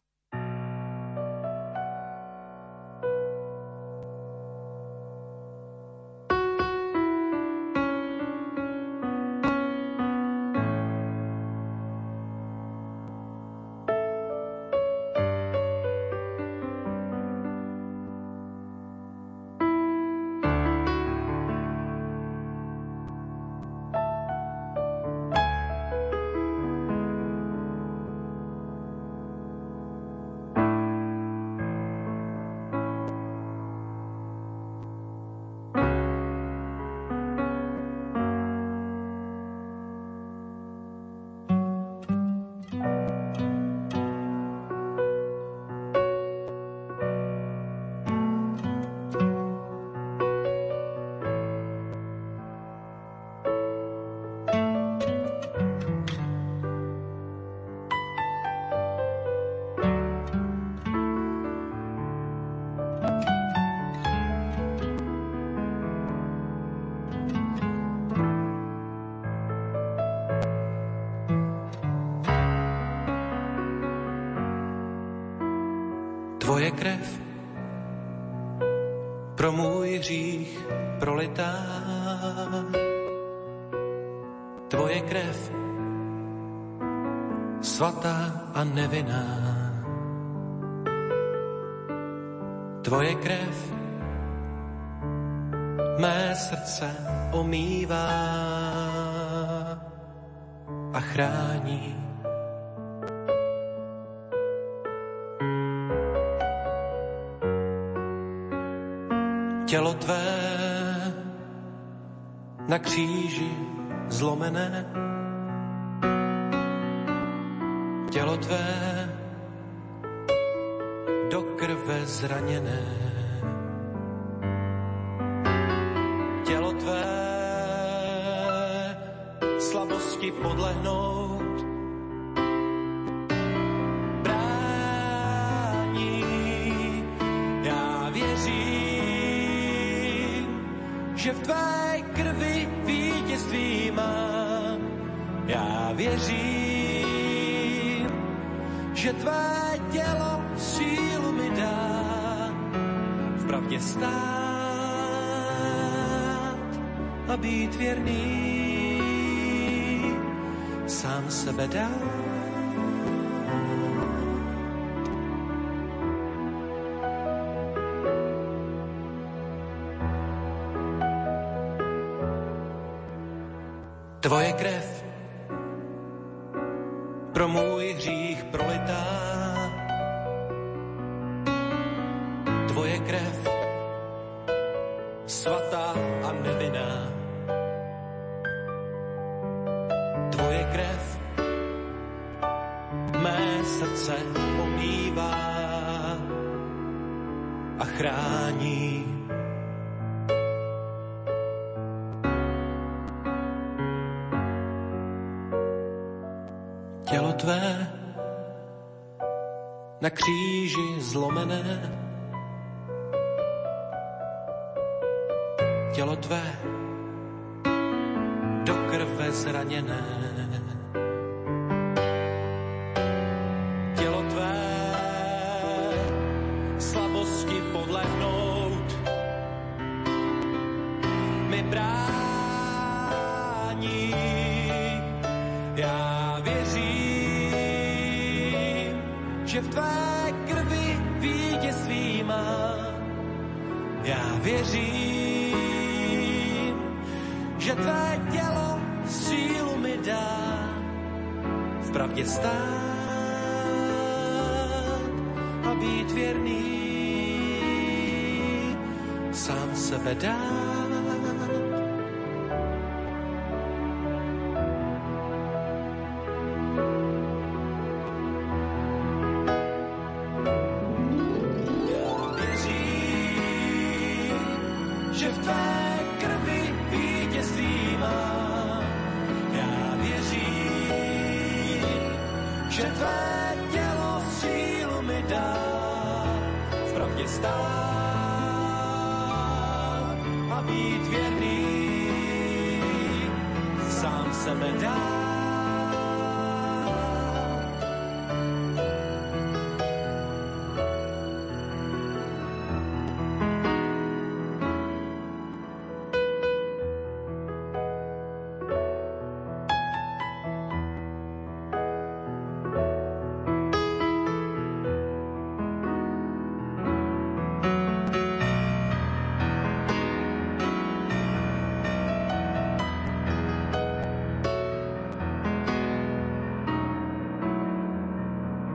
Tvoje krev pro můj hřích prolitá. Tvoje krev svatá a nevinná. Tvoje krev mé srdce omývá a chrání. Tělo tvé na kříži zlomené, tělo tvé do krve zraněné, tělo tvé slabosti podlehnout brání. Já věřím, že v tvé krvi vítězství mám. Já věřím, že tvé tělo sílu mi dá v pravdě stát a být věrný, sám sebe dát. Tvoje krev pro můj hřích prolitá. Tvoje krev svatá a nevinná. Tvoje krev mé srdce omývá a chrání. Tělo tvé na kříži zlomené, tělo tvé do krve zraněné, tělo tvé slabosti podlehnout mi brání. Já věřím, že v tvé krvi vítězství mám. Já věřím, že tvé tělo sílu mi dá v pravdě stát a být věrný, sám sebe dát. být věrný, sám sebe dá.